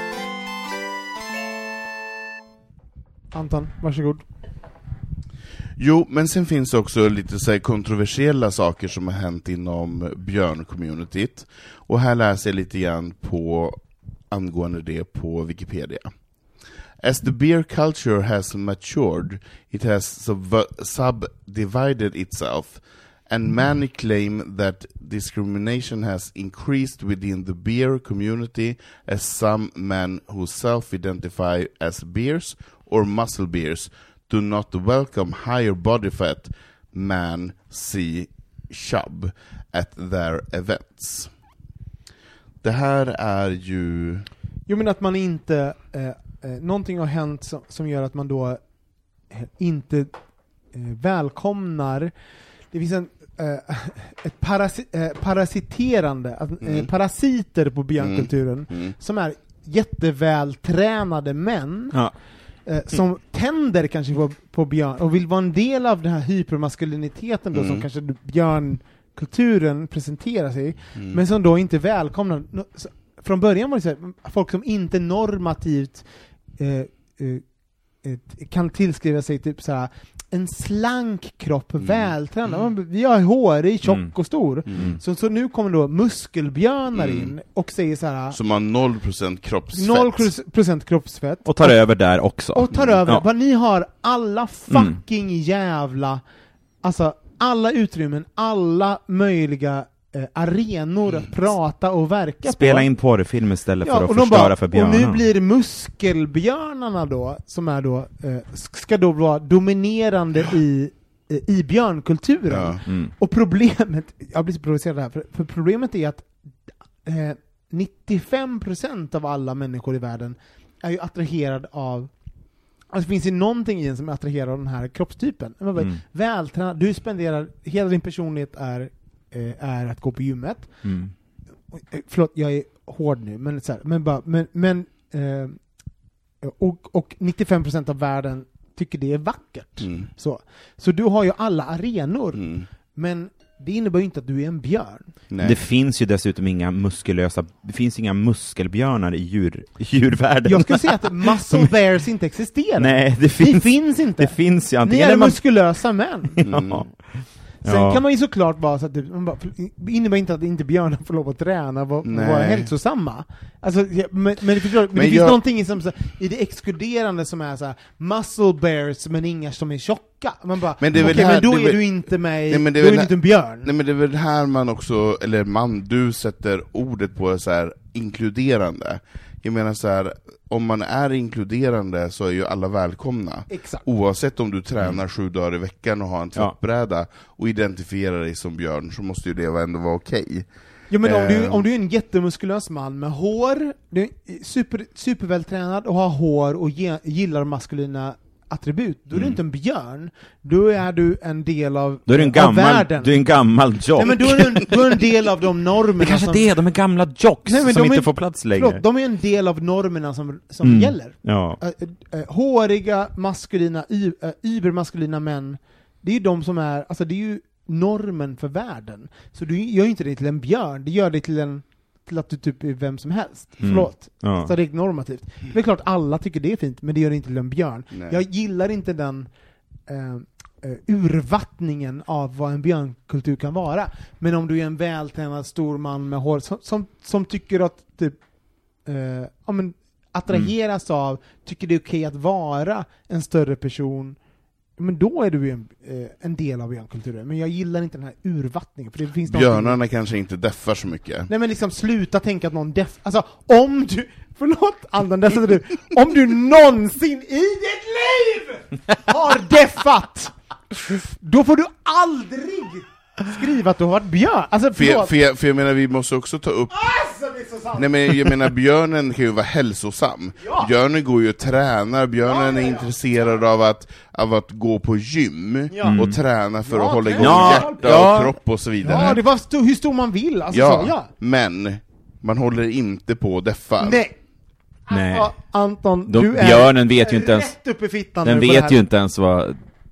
Anton, varsågod. Jo, men sen finns det också lite så här kontroversiella saker som har hänt inom björn-communityt. Och här läser jag lite grann på angående det på Wikipedia. As the beer culture has matured, it has subdivided itself, and many claim that discrimination has increased within the beer community, as some men who self-identify as beers or muscle beers do not welcome higher body fat man see chub at their events. Det här är ju... Jo, men att man inte... någonting har hänt som gör att man då inte välkomnar... Det finns ett parasiterande, parasiter på björnkulturen som är jättevältränade män som tänder kanske på björn och vill vara en del av den här hypermaskuliniteten då, som kanske björnkulturen presenterar sig, men som då inte välkomnar. Från början var det så här, folk som inte normativt kan tillskriva sig typ så här en slank kropp, vältränad. Vi har hårig, tjock och stor. Så nu kommer då muskelbjörnar in och säger så här... Som har 0% kroppsfett. 0% kroppsfett. Och tar över där också. Och tar över. Ja. Ni har alla fucking jävla... Alltså, alla utrymmen, alla möjliga arenor att prata och verka Spela på. In porrfilm istället för att förstöra för björnarna. Och nu blir muskelbjörnarna då, som är då, ska då vara dominerande i björnkulturen. Och problemet, jag blir så provocerad här, för problemet är att 95% av alla människor i världen är ju attraherad av, alltså finns det någonting i en som är attraherad av den här kroppstypen. Vältränad, du spenderar, hela din personlighet är att gå på gymmet. Förlåt, jag är hård nu, men så här, och 95% av världen tycker det är vackert. Så du har ju alla arenor. Men det innebär ju inte att du är en björn. Nej. Det finns ju dessutom inga muskelbjörnar i djurvärlden. Jag skulle säga att muscle bears inte existerar. Nej, det finns inte. Det finns ju antingen. Ni är muskulösa män. Sen Ja. Kan man ju såklart vara så att det innebär inte att inte björnar får lov att träna och vara hälsosamma. Alltså, men det finns någonting som, så, i det exkluderande som är så här, muscle bears men inga som är tjocka. Man bara, men då är du inte med, då är du inte en björn. Nej, men det är väl här man också, du sätter ordet på så här inkluderande. Jag menar så här, om man är inkluderande så är ju alla välkomna. Exakt. Oavsett om du tränar 7 dagar i veckan och har en tvättbräda och identifierar dig som björn, så måste ju det ändå vara okej. Ja, men om du är en jättemuskulös man med hår, du är supervältränad och har hår och gillar maskulina attribut, då är du inte en björn. Då är du en del av, då är du av världen. Du är en gammal jock. Nej, men du är en del av de normerna. Det kanske det är, de är gamla jocks som inte får plats längre. Förlåt, de är en del av normerna som gäller. Ja. Håriga, maskulina, übermaskulina män, det är ju de som är, alltså det är ju normen för världen. Så du gör ju inte det till en björn, det gör det till att du typ är vem som helst. Förlåt. Ja. Så det är normativt. Det är klart alla tycker det är fint, men det gör det inte till en björn. Nej. Jag gillar inte den urvattningen av vad en björnkultur kan vara. Men om du är en vältränad stor man med hår som tycker att typ attraheras av, tycker det är okej att vara en större person, men då är du ju en del av björnkulturen. Men jag gillar inte den här urvattningen, för det finns björnarna kanske inte deffar så mycket. Nej, men liksom sluta tänka att någon alltså om du, förlåt Andan, om du någonsin i ditt liv har deffat, då får du aldrig skriva att du har varit björn. Alltså, för jag menar, vi måste också ta upp... Nej, men jag menar, björnen kan ju vara hälsosam. Ja. Björnen går ju och tränar. Björnen är intresserad av att gå på gym och träna för att hålla igång hjärta och kropp och så vidare. Ja, det var hur stor man vill. Alltså, men man håller inte på deffar. Nej. Anton, björnen vet ju inte ens, rätt upp i fittan. Den vet ju inte ens vad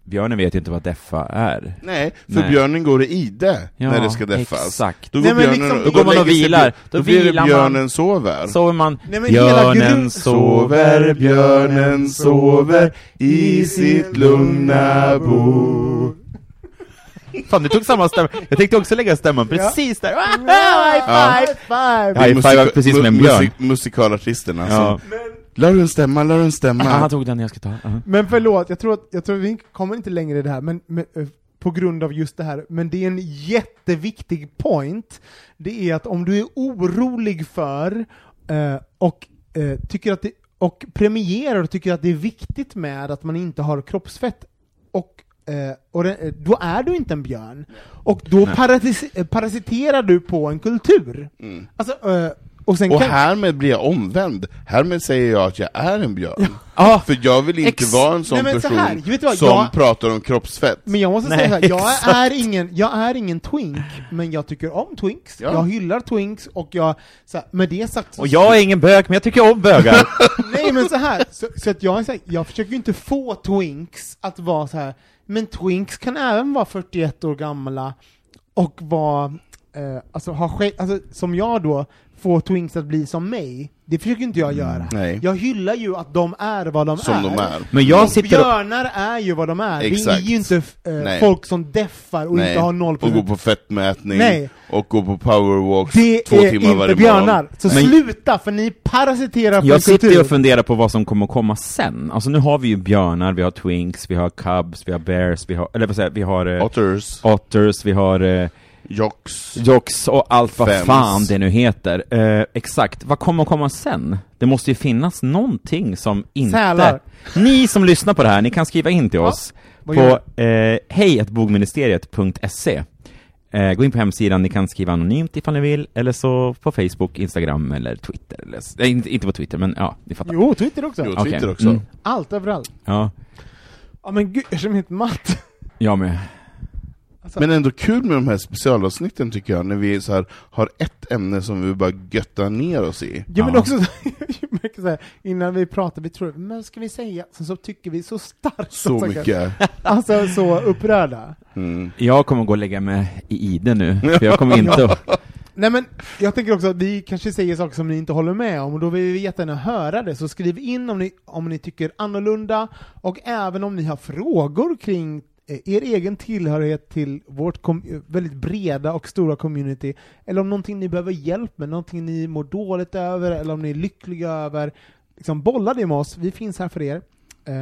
björnen vet ju inte vad deffa är. Nej, för björnen går i ide när det ska deffas. Exakt. Då går björnen, då går man och vilar. Då blir det björnen sover. Sover man. Björnen sover, björnen sover i sitt lugna bo. Fan, du tog samma stämma. Jag tänkte också lägga stämman precis där. High five! High five, precis som en björn. Musikalartisterna. Ja. Lär en stämma. Han tog den jag ska ta. Men förlåt, jag tror vi kommer inte längre i det här, men på grund av just det här. Men det är en jätteviktig point. Det är att om du är orolig för tycker att och premierar och tycker att det är viktigt med att man inte har kroppsfett och då är du inte en björn. Och då parasiterar du på en kultur. Alltså, och härmed blir jag omvänd. Härmed säger jag att jag är en björn. För jag vill inte vara en sån person som pratar om kroppsfett. Men jag måste säga så här, jag är ingen twink, men jag tycker om twinks. Jag hyllar twinks och jag med det sagt och jag är ingen bög, men jag tycker om bögar. Nej, men så här så att jag försöker ju inte få twinks att vara så här, men twinks kan även vara 41 år gamla och vara som jag då få twinks att bli som mig. Det försöker inte jag göra. Nej. Jag hyllar ju att de är vad de som är. De är. Men björnar är ju vad de är. Exakt. Det är ju inte folk som deffar och inte har 0%. Och går på fettmätning och går på powerwalks 2 timmar varje morgon. Det är inte björnar. Så sluta, för ni parasiterar på jag sitter och funderar på vad som kommer att komma sen. Alltså nu har vi ju björnar, vi har twinks, vi har cubs, vi har bears, vi har otters, vi har Jocks och allt vad fan det nu heter. Exakt, vad kommer att komma sen? Det måste ju finnas någonting som inte... Sälar. Ni som lyssnar på det här, ni kan skriva in till oss på hej@bogministeriet.se. Gå in på hemsidan, ni kan skriva anonymt ifall ni vill, eller så på Facebook, Instagram eller Twitter. Eller, inte på Twitter, men ja, ni fattar. Jo, Twitter också. Twitter också. Allt, överallt. Ja. Ja, men gud, jag känner mig inte matt. Jag med. Alltså. Men ändå kul med de här specialavsnitten tycker jag, när vi så här har ett ämne som vi bara göttar ner oss i. Ja, men också så här, innan vi pratar, vi tror, men ska vi säga, så tycker vi så starkt. Så mycket. Alltså så upprörda. Jag kommer gå och lägga mig i ide nu, för jag kommer inte att... Nej, men jag tänker också att vi kanske säger saker som ni inte håller med om, och då vill vi jättegärna höra det, så skriv in om ni tycker annorlunda, och även om ni har frågor kring er egen tillhörighet till vårt väldigt breda och stora community, eller om någonting ni behöver hjälp med, någonting ni mår dåligt över, eller om ni är lyckliga över, liksom bolla det med oss. Vi finns här för er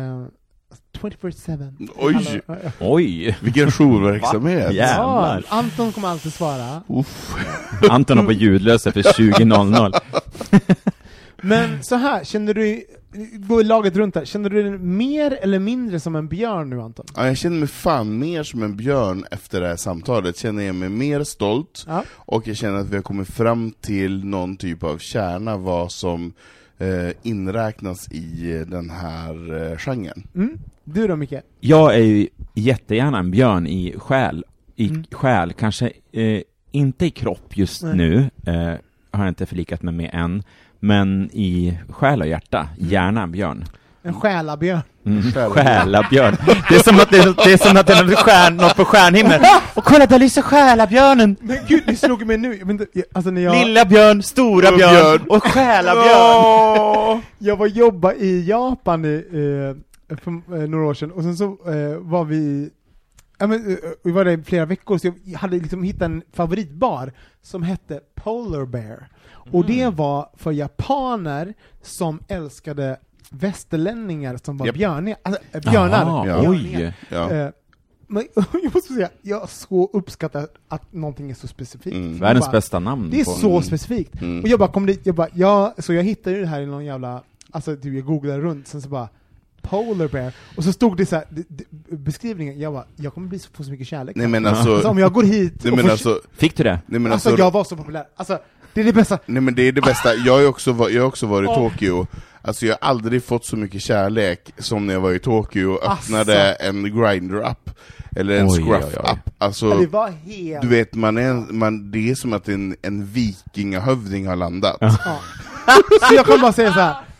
24/7. Oj, vilken jourverksamhet. Ja, Anton kommer alltid svara. Anton har på ljudlösa för 20:00. Men så här, känner du, gå i laget runt här, känner du dig mer eller mindre som en björn nu, Anton? Ja, jag känner mig fan mer som en björn efter det här samtalet. Känner jag mig mer stolt, och jag känner att vi har kommit fram till någon typ av kärna vad som inräknas i den här genren. Du då, Micke? Jag är ju jättegärna en björn i själ. Själ, kanske inte i kropp just nu, har jag inte förlikat mig med än. Men i själ och hjärta, gärna en björn. En själabjörn. Själabjörn. Det är som att det är något på stjärnhimlen. Och kolla, där lyser själabjörnen. Men gud, det slog mig nu. Alltså, när jag... Lilla björn, stora björn och själabjörn. Jag var jobba i Japan för några år sedan. Och sen så var vi var det flera veckor, så jag hade liksom hittat en favoritbar som hette Polar Bear. Och det var för japaner som älskade västerlänningar som var björnar. Oj. Men jag måste säga, jag så uppskattar att någonting är så specifikt. Världens bästa namn. Det är så specifikt. Och jag bara kom dit, så jag hittade det här i någon jävla, alltså typ jag googlade runt, sen så bara Polar Bear, och så stod det så här beskrivningen, jag kommer få så mycket kärlek. Nej, men alltså om jag går hit fick du det? Nej, men alltså jag var så populär. Alltså det är det bästa. Nej, men det är det bästa. Jag har också varit i Tokyo. Alltså jag har aldrig fått så mycket kärlek som när jag var i Tokyo och öppnade en Grindr-app eller en Scruff-app. Alltså, det var helt... Du vet, det är som att en vikingahövding har landat. Så jag kan bara säga så här: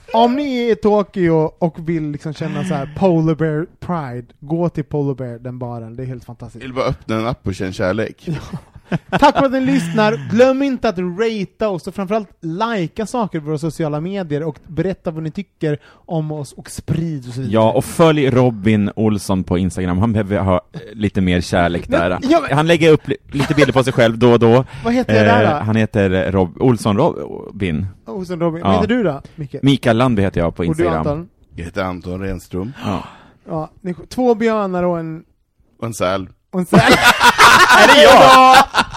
Om ni är i Tokyo och vill liksom känna så här Polar Bear Pride, gå till Polar Bear, den baren. Det är helt fantastiskt. Vill bara öppna en app och känna kärlek. Tack för att ni lyssnar. Glöm inte att ratea oss och framförallt likea saker på våra sociala medier och berätta vad ni tycker om oss och sprid och så vidare. Ja, och följ Robin Olsson på Instagram. Han behöver ha lite mer kärlek där. Han lägger upp lite bilder på sig själv då och då. Vad heter jag där då? Han heter Olsson Robin. Olsson Robin. Vad heter du då, Micke? Mikael Landby heter jag på Instagram. Och du, Anton? Jag heter Anton Renström. Ja, 2 björnar och en säl. Och en säl. Är det jag?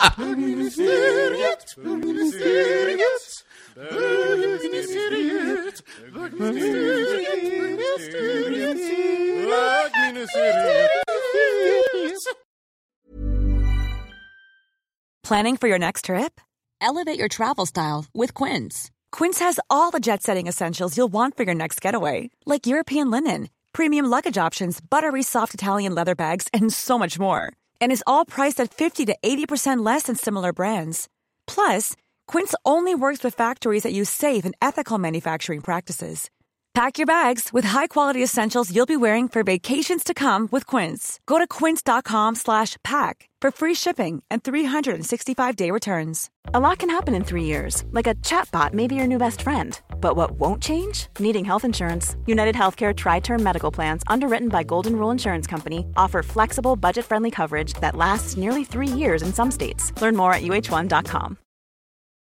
Planning for your next trip? Elevate your travel style with Quince. Quince has all the jet-setting essentials you'll want for your next getaway, like European linen, premium luggage options, buttery soft Italian leather bags, and so much more. And is all priced at 50 to 80% less than similar brands. Plus, Quince only works with factories that use safe and ethical manufacturing practices. Pack your bags with high-quality essentials you'll be wearing for vacations to come with Quince. Go to quince.com/pack for free shipping and 365-day returns. A lot can happen in 3 years, like a chatbot may be your new best friend. But what won't change? Needing health insurance. United Healthcare Tri-Term Medical Plans, underwritten by Golden Rule Insurance Company, offer flexible, budget-friendly coverage that lasts nearly 3 years in some states. Learn more at uh1.com.